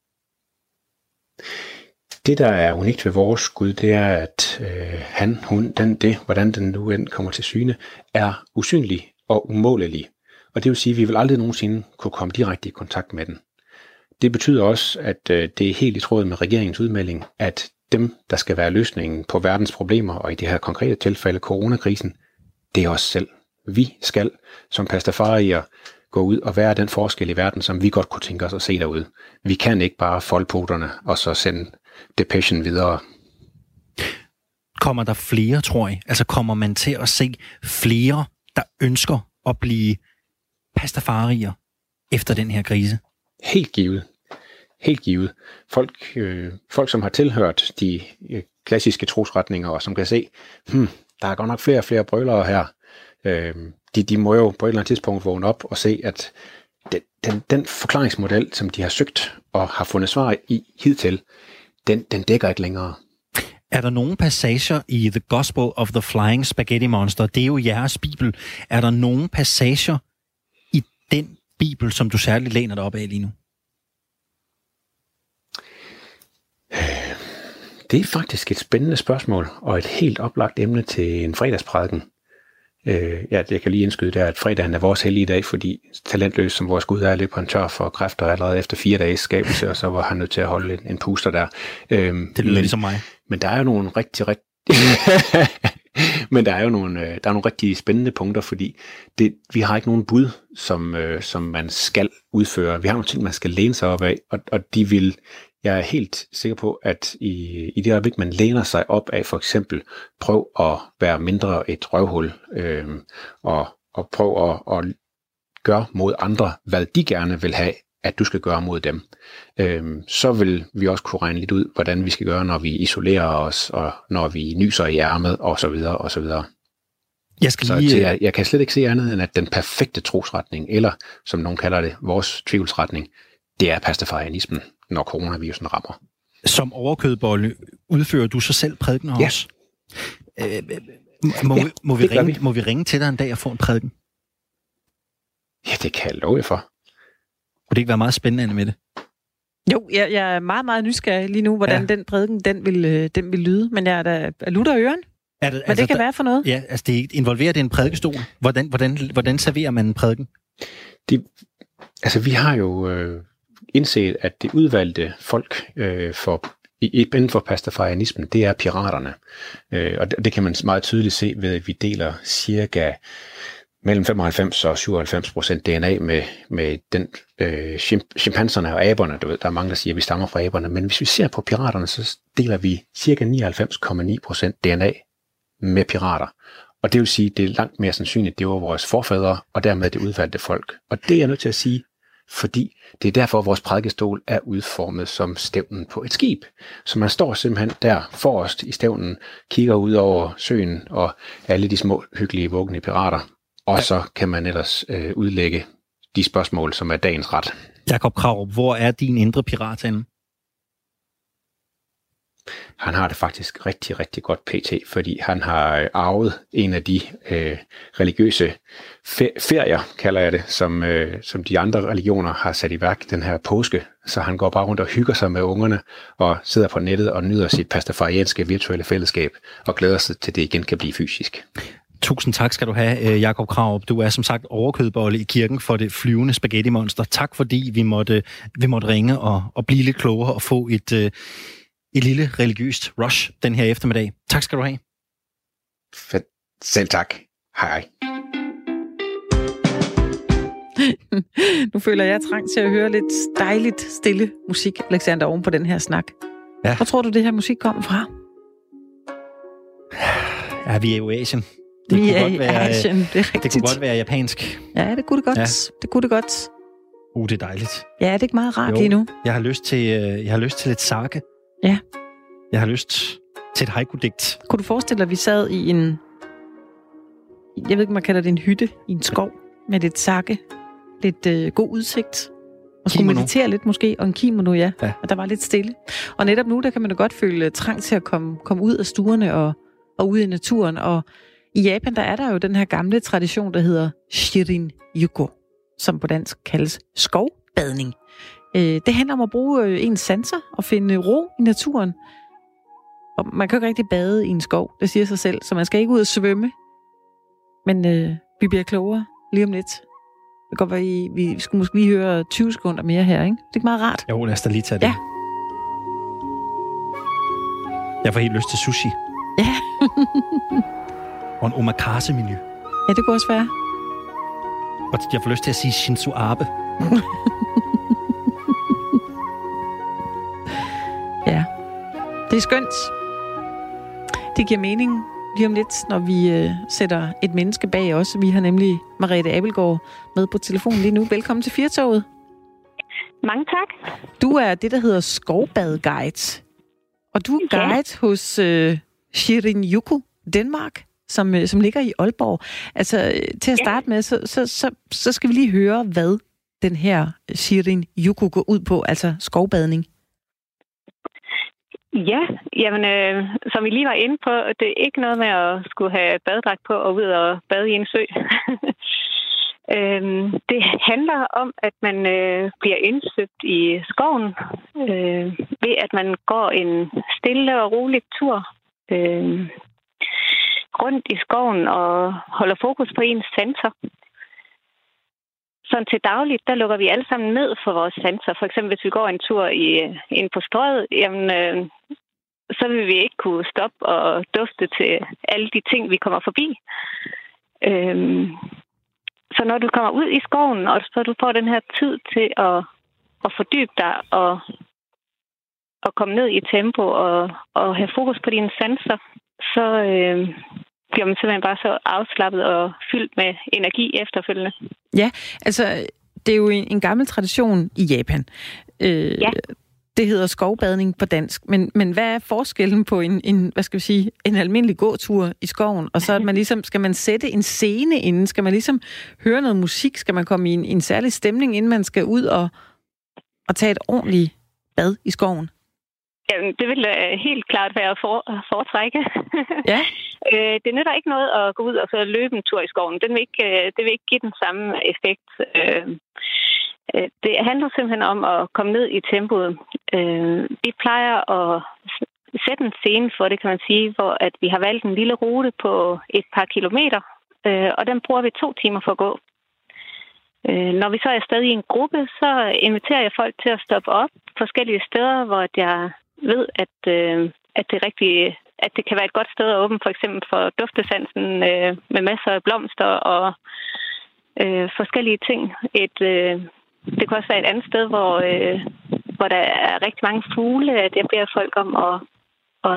Det, der er unikt ved vores Gud, det er, at han, hun, den, det, hvordan den nu end kommer til syne, er usynlig og umålelig. Og det vil sige, at vi vil aldrig nogensinde kunne komme direkte i kontakt med den. Det betyder også, at det er helt i tråd med regeringens udmelding, at dem, der skal være løsningen på verdens problemer, og i det her konkrete tilfælde coronakrisen, det er os selv. Vi skal som pastafarier gå ud og være den forskel i verden, som vi godt kunne tænke os at se derude. Vi kan ikke bare folde poterne og så sende depression videre. Kommer der flere, tror jeg? Altså kommer man til at se flere, der ønsker at blive pastafarier efter den her krise? Helt givet. Helt givet. Folk som har tilhørt de klassiske trosretninger, og som kan se, der er godt nok flere og flere brølere her. De må jo på et eller andet tidspunkt vågne op og se, at den forklaringsmodel, som de har søgt og har fundet svar i hidtil, den dækker ikke længere. Er der nogle passager i The Gospel of the Flying Spaghetti Monster, det er jo jeres bibel, er der nogle passager i den bibel, som du særligt læner dig op af lige nu? Det er faktisk et spændende spørgsmål, og et helt oplagt emne til en fredagsprædiken. Jeg kan lige indskyde der, at fredagen er vores hellige dag, fordi talentløs som vores Gud er, løb han tør for kræfter allerede efter 4 dages skabelse, og så var han nødt til at holde en puster der. Det lyder ligesom mig. Men der er jo nogle men der er nogle rigtig spændende punkter, fordi vi har ikke nogen bud, som man skal udføre. Vi har nogle ting, man skal læne sig op af, og jeg er helt sikker på, at i det øjeblik, man læner sig op af, for eksempel, prøv at være mindre et røvhul, og prøv at gøre mod andre, hvad de gerne vil have, at du skal gøre mod dem. Så vil vi også kunne regne lidt ud, hvordan vi skal gøre, når vi isolerer os, og når vi nyser i ærmet, og så videre, og så videre. Jeg kan slet ikke se andet, end at den perfekte trosretning, eller som nogen kalder det, vores tvivlsretning, det er pastafarianismen, når coronavirusen rammer. Som overkødbolle udfører du så selv prædikener også? Må vi ringe til dig en dag og få en prædiken? Ja, det kan jeg love jer for. Kunne det ikke være meget spændende med det? Jo, jeg er meget, meget nysgerrig lige nu, hvordan den prædiken, den vil lyde. Men jeg er da lutter øren. Hvad det kan være for noget? Ja, altså det involverer det en prædikestol. Hvordan serverer man en prædiken? Vi har jo indset, at det udvalgte folk inden for pastafarianismen, det er piraterne. Og det kan man meget tydeligt se ved, at vi deler cirka mellem 95 og 97% DNA med den chimpanserne og aberne. Du ved, der er mange, der siger, at vi stammer fra aberne. Men hvis vi ser på piraterne, så deler vi cirka 99,9% DNA med pirater. Og det vil sige, at det er langt mere sandsynligt, det var vores forfædre, og dermed det udvalgte folk. Og det er jeg nødt til at sige, fordi det er derfor, vores prædikestol er udformet som stævnen på et skib. Så man står simpelthen der forrest i stævnen, kigger ud over søen og alle de små hyggelige vuggende pirater. Og så kan man ellers udlægge de spørgsmål, som er dagens ret. Jakob Krarup, hvor er din indre pirat henne? Han har det faktisk rigtig, rigtig godt pt., fordi han har arvet en af de religiøse ferier, kalder jeg det, som de andre religioner har sat i værk den her påske. Så han går bare rundt og hygger sig med ungerne og sidder på nettet og nyder sit pastafarianske virtuelle fællesskab og glæder sig til, det igen kan blive fysisk. Tusind tak skal du have, Jakob Krarup. Du er som sagt overkødbolle i kirken for det flyvende spaghetti-monster. Tak fordi vi måtte ringe og blive lidt klogere og få et lille religiøst rush den her eftermiddag. Tak skal du have. Selv tak. Hej. Nu føler jeg trang til at høre lidt dejligt stille musik, Alexander, oven på den her snak. Ja. Hvor tror du, det her musik kommer fra? Ja, vi er jo Asien. Det kunne godt være japansk. Ja, det kunne det godt. Ja. Det kunne det godt. Det er dejligt. Ja, det er ikke meget rart lige nu. Jeg har lyst til lidt sake. Ja. Jeg har lyst til et haiku-digt. Kunne du forestille dig, at vi sad i en, jeg ved ikke, man kalder det en hytte, i en skov, med lidt sake lidt god udsigt. Og skulle meditere lidt måske, og en kimono, ja. Og der var lidt stille. Og netop nu, der kan man da godt føle trang til at komme ud af stuerne og ud i naturen. Og i Japan, der er der jo den her gamle tradition, der hedder Shirin-yuko, som på dansk kaldes skovbadning. Det handler om at bruge ens sanser og finde ro i naturen. Og man kan jo ikke rigtig bade i en skov, det siger sig selv, så man skal ikke ud og svømme. Men vi bliver klogere lige om lidt. Det kan godt være, vi skulle måske lige høre 20 sekunder mere her, ikke? Det er ikke meget rart. Jo, lad os da lige tage det. Ja. Jeg får helt lyst til sushi. Ja. Og en omakase-menu. Ja, det kunne også være. Og jeg får lyst til at sige Shinzo Abe. Ja. Det er skønt. Det giver mening lige om lidt, når vi sætter et menneske bag os. Vi har nemlig Merete Abildgaard med på telefonen lige nu. Velkommen til Firtoget. Mange tak. Du er det, der hedder skovbadguide. Og du er guide hos Shirin-yuko Danmark, som ligger i Aalborg. Altså, til at starte med, så skal vi lige høre, hvad den her Shirin-yuko går ud på, altså skovbadning. Ja, jamen, som vi lige var inde på, det er ikke noget med at skulle have badedragt på og ud og bade i en sø. Det handler om, at man bliver indsøgt i skoven ved, at man går en stille og rolig tur rundt i skoven og holder fokus på ens sanser. Sådan til dagligt, der lukker vi alle sammen ned for vores sanser. For eksempel, hvis vi går en tur ind på strøget, jamen, så vil vi ikke kunne stoppe og dufte til alle de ting, vi kommer forbi. Så når du kommer ud i skoven, og så du får den her tid til at fordybe dig og komme ned i tempo og have fokus på dine sanser, så bliver man simpelthen bare så afslappet og fyldt med energi efterfølgende. Ja, altså det er jo en gammel tradition i Japan. Ja. Det hedder skovbadning på dansk, men hvad er forskellen på en almindelig gåtur i skoven, og så at man ligesom, skal man sætte en scene inden, skal man ligesom høre noget musik, skal man komme i en særlig stemning, inden man skal ud og tage et ordentligt bad i skoven? Jamen, det vil helt klart være at foretrække. Ja. Det nytter ikke noget at gå ud og så løbe en tur i skoven. Det vil ikke give den samme effekt. Det handler simpelthen om at komme ned i tempoet. Vi plejer at sætte en scene for det, kan man sige, hvor at vi har valgt en lille rute på et par kilometer, og den bruger vi 2 timer for at gå. Når vi så er stadig i en gruppe, så inviterer jeg folk til at stoppe op forskellige steder, hvor jeg ved, at det er rigtigt, at det kan være et godt sted at åbne, for eksempel for duftesansen med masser af blomster og forskellige ting. Det kan også være et andet sted, hvor der er rigtig mange fugle, at jeg beder folk om at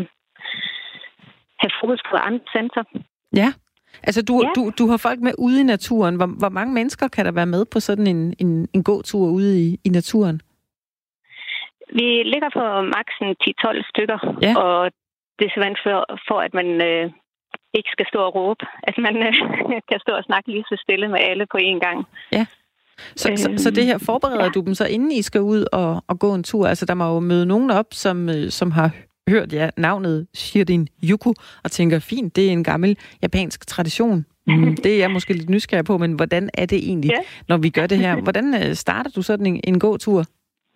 have fokus på andre sanser. Ja, altså du har folk med ude i naturen. Hvor mange mennesker kan der være med på sådan en gåtur ude i naturen? Vi ligger på maksen 10-12 stykker, og det er simpelthen for at man ikke skal stå og råbe. At man kan stå og snakke lige så stille med alle på én gang. Ja. Så det her, forbereder du dem så, inden I skal ud og gå en tur? Altså, der må jo møde nogen op, som har hørt navnet Shirin-yuko, og tænker, fint, det er en gammel japansk tradition. Det er jeg måske lidt nysgerrig på, men hvordan er det egentlig, når vi gør det her? Hvordan starter du sådan en gåtur?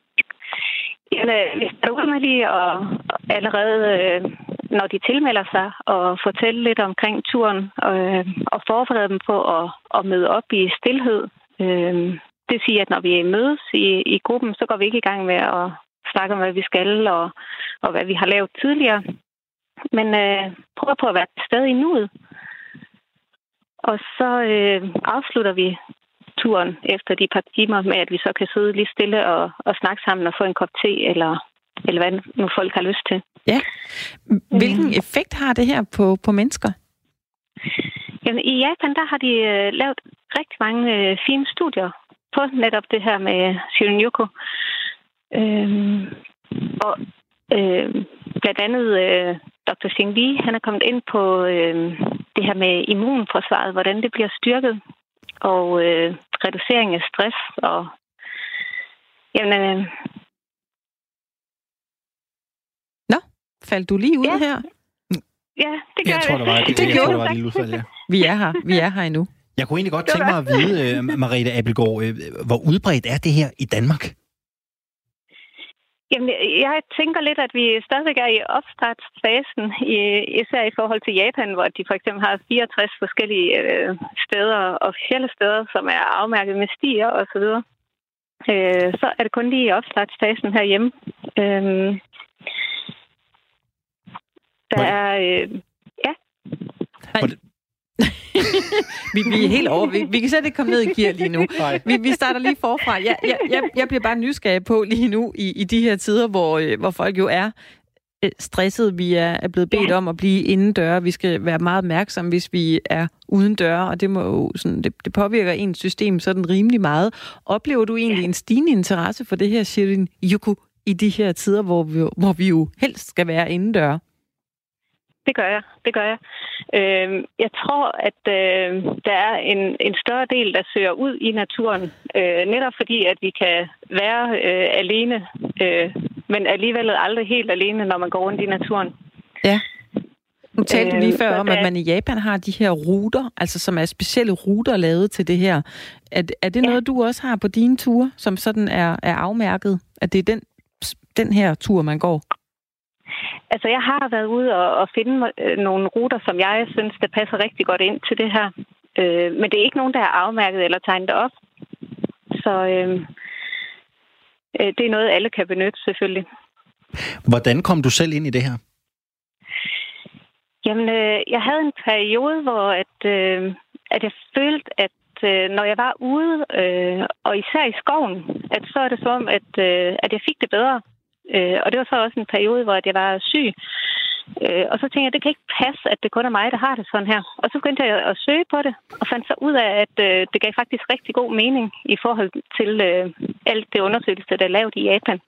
Vi starter ud med lige og allerede, når de tilmelder sig, og fortælle lidt omkring turen, og forberede dem på at møde op i stilhed. Det vil sige, at når vi mødes i gruppen, så går vi ikke i gang med at snakke om, hvad vi skal, og hvad vi har lavet tidligere. Men prøver på at være til stede i nuet. Og så afslutter vi turen efter de par timer med, at vi så kan sidde lige stille og snakke sammen og få en kop te, eller hvad nu folk har lyst til. Ja. Hvilken effekt har det her på mennesker? Jamen, i Japan, der har de lavet rigtig mange fine studier på netop det her med Shirin-yuko. Og blandt andet Dr. Xing Li, han er kommet ind på det her med immunforsvaret, hvordan det bliver styrket. og reducering af stress. Og jamen, faldt du lige ud her? Ja, det gør jeg. Tror, der var et lille udfald, ja. Vi er her endnu. Jeg kunne egentlig godt tænke mig at vide, Merete Abildgaard, hvor udbredt er det her i Danmark? Jamen, jeg tænker lidt, at vi stadigvæk er i opstartsfasen, især i forhold til Japan, hvor de for eksempel har 64 forskellige steder, officielle steder, som er afmærket med stier og så videre. Så er det kun lige i opstartsfasen herhjemme. Der er... ja. Vi er helt over. Vi kan slet ikke komme ned i gear lige nu. Vi starter lige forfra. Jeg bliver bare nysgerrig på lige nu i de her tider, hvor folk jo er stresset. Vi er blevet bedt om at blive indendør. Vi skal være meget opmærksomme, hvis vi er udendør, og det må jo sådan, det påvirker ens system sådan rimelig meget. Oplever du egentlig en stigende interesse for det her Shirin-yoku i de her tider, hvor vi jo helst skal være indendør? Det gør jeg. Jeg tror, at der er en større del, der søger ud i naturen. Netop fordi, at vi kan være alene, men alligevel aldrig helt alene, når man går rundt i naturen. Ja. Nu talte du lige før om, at man i Japan har de her ruter, altså som er specielle ruter lavet til det her. Er det noget, du også har på dine ture, som sådan er afmærket? At det er den her tur, man går? Altså, jeg har været ude og finde nogle ruter, som jeg synes, der passer rigtig godt ind til det her. Men det er ikke nogen, der er afmærket eller tegnet op. Så det er noget, alle kan benytte, selvfølgelig. Hvordan kom du selv ind i det her? Jamen, jeg havde en periode, hvor at jeg følte, at når jeg var ude, og især i skoven, at så er det som om, at jeg fik det bedre. Og det var så også en periode, hvor jeg var syg. Og så tænkte jeg, det kan ikke passe, at det kun er mig, der har det sådan her. Og så begyndte jeg at søge på det, og fandt så ud af, at det gav faktisk rigtig god mening i forhold til alt det undersøgelse, der er lavet i Japan.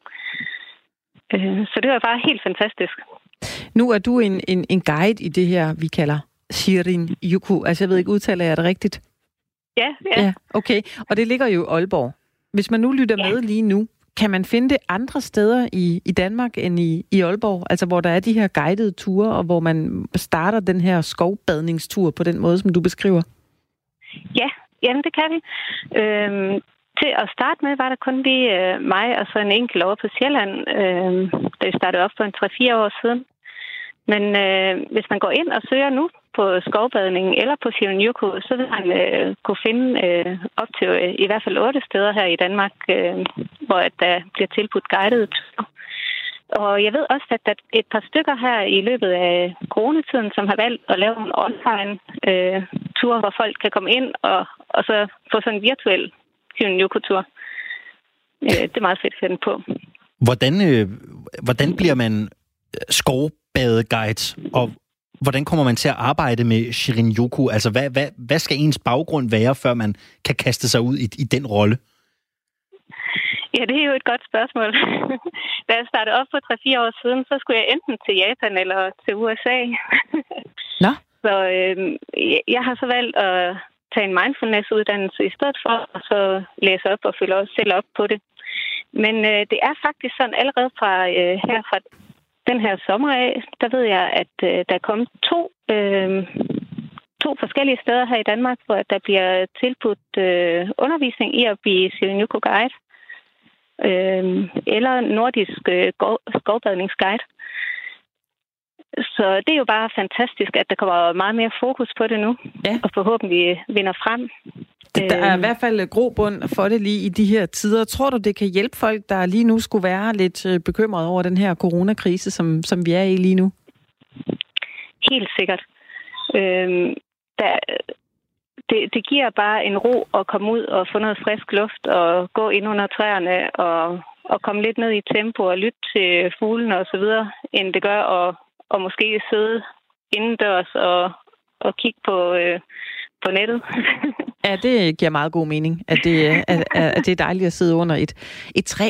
Så det var bare helt fantastisk. Nu er du en guide i det her, vi kalder Shirin-yoku. Altså, jeg ved ikke, udtaler jeg det rigtigt? Ja. Okay, og det ligger jo i Aalborg. Hvis man nu lytter med lige nu, kan man finde det andre steder i Danmark end i Aalborg? Altså, hvor der er de her guidede ture, og hvor man starter den her skovbadningstur på den måde, som du beskriver? Ja, jamen det kan vi. Til at starte med var der kun lige mig og så en enkelt over på Sjælland, da vi startede op for 3-4 år siden. Men hvis man går ind og søger nu på skovbadning eller på Shirin-yoku, så vil man kunne finde op til i hvert fald 8 steder her i Danmark, hvor der bliver tilbudt guidede ture. Og jeg ved også, at der er et par stykker her i løbet af coronatiden, som har valgt at lave en online tur, hvor folk kan komme ind og så få sådan en virtuel Shirin-yoku-tur. Det er meget fedt at finde på. Hvordan bliver man skovbadeguide, og hvordan kommer man til at arbejde med Shirin-yoku? Altså, hvad skal ens baggrund være, før man kan kaste sig ud i den rolle? Ja, det er jo et godt spørgsmål. Da jeg startede op for 3-4 år siden, så skulle jeg enten til Japan eller til USA. Nå. Så jeg har så valgt at tage en mindfulness-uddannelse i stedet for, og så læse op og følge også selv op på det. Men det er faktisk sådan, allerede fra her fra den her sommer af, der ved jeg, at der er kommet to forskellige steder her i Danmark, hvor der bliver tilbudt undervisning i at blive Shirin-yoku-guide eller nordisk skovbadningsguide. Så det er jo bare fantastisk, at der kommer meget mere fokus på det nu, og forhåbentlig vinder frem. Der er i hvert fald grobund for det lige i de her tider. Tror du, det kan hjælpe folk, der lige nu skulle være lidt bekymrede over den her coronakrise, som vi er i lige nu? Helt sikkert. Det giver bare en ro at komme ud og få noget frisk luft og gå ind under træerne og komme lidt ned i tempo og lytte til fuglene og så videre, end det gør at måske sidde indendørs og kigge på nettet. Ja, det giver meget god mening, at det er dejligt at sidde under et træ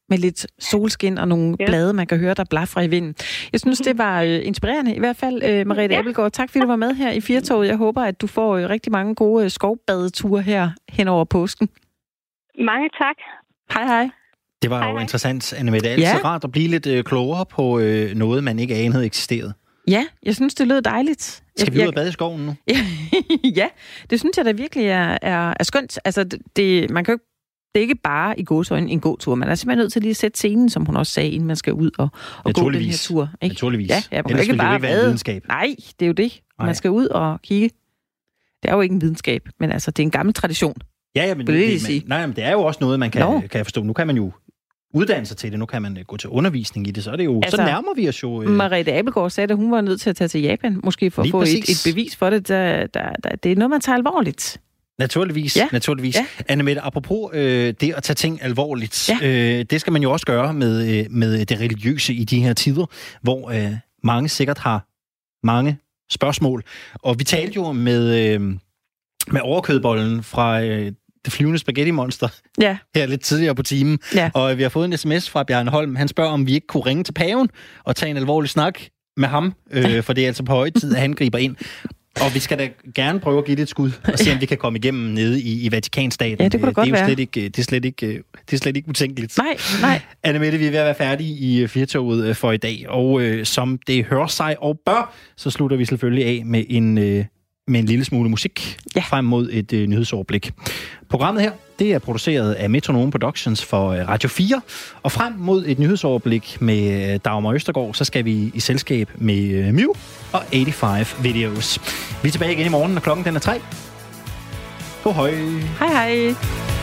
med lidt solskin og nogle blade, man kan høre, der blafrer i vinden. Jeg synes, det var inspirerende. I hvert fald, Merete Abildgaard, tak fordi du var med her i Firtoget. Jeg håber, at du får rigtig mange gode skovbadeture her hen over påsken. Mange tak. Hej, hej. Det var jo interessant, Anne-Mette. Det er altid rart at blive lidt klogere på noget, man ikke anede eksisterede. Ja, jeg synes, det lød dejligt. Skal vi ud og bade i skoven nu? Ja, det synes jeg da virkelig er skønt. Altså, man kan jo det er ikke bare i gåseøjne en god tur. Man er simpelthen nødt til lige at sætte scenen, som hun også sagde, inden man skal ud og gå den her tur. Ikke? Naturligvis. Ja, man kan ikke bare være en videnskab. Nej, det er jo det. Nej. Man skal ud og kigge. Det er jo ikke en videnskab, men altså, det er en gammel tradition. Ja, men det er jo også noget, man kan jeg forstå. Nu kan man jo uddanne sig til det. Nu kan man gå til undervisning i det. Så er det jo, altså, så nærmer vi os jo. Merete Abildgaard sagde, at hun var nødt til at tage til Japan, måske for at få et bevis for det. Det er noget, man tager alvorligt. Naturligvis. Ja. Anne-Mette, apropos det at tage ting alvorligt, det skal man jo også gøre med det religiøse i de her tider, hvor mange sikkert har mange spørgsmål. Og vi talte jo med overkødbollen fra det flyvende spaghetti-monster her lidt tidligere på timen. Ja. Og vi har fået en sms fra Bjarne Holm. Han spørger, om vi ikke kunne ringe til paven og tage en alvorlig snak med ham, for det er altså på høje tid, at han griber ind. Og vi skal da gerne prøve at give det et skud og se, om vi kan komme igennem nede i Vatikanstaten. Ja, det kunne godt være. Det er slet ikke utænkeligt. Nej. Anne-Mette, vi er ved at være færdige i Firtoget for i dag. Og som det hører sig og bør, så slutter vi selvfølgelig af med en lille smule musik frem mod et nyhedsoverblik. Programmet her, det er produceret af Metronome Productions for Radio 4. Og frem mod et nyhedsoverblik med Dagmar Østergaard, så skal vi i selskab med Mew og 85 Videos. Vi er tilbage igen i morgen, når klokken den er 3. Hej. Hej.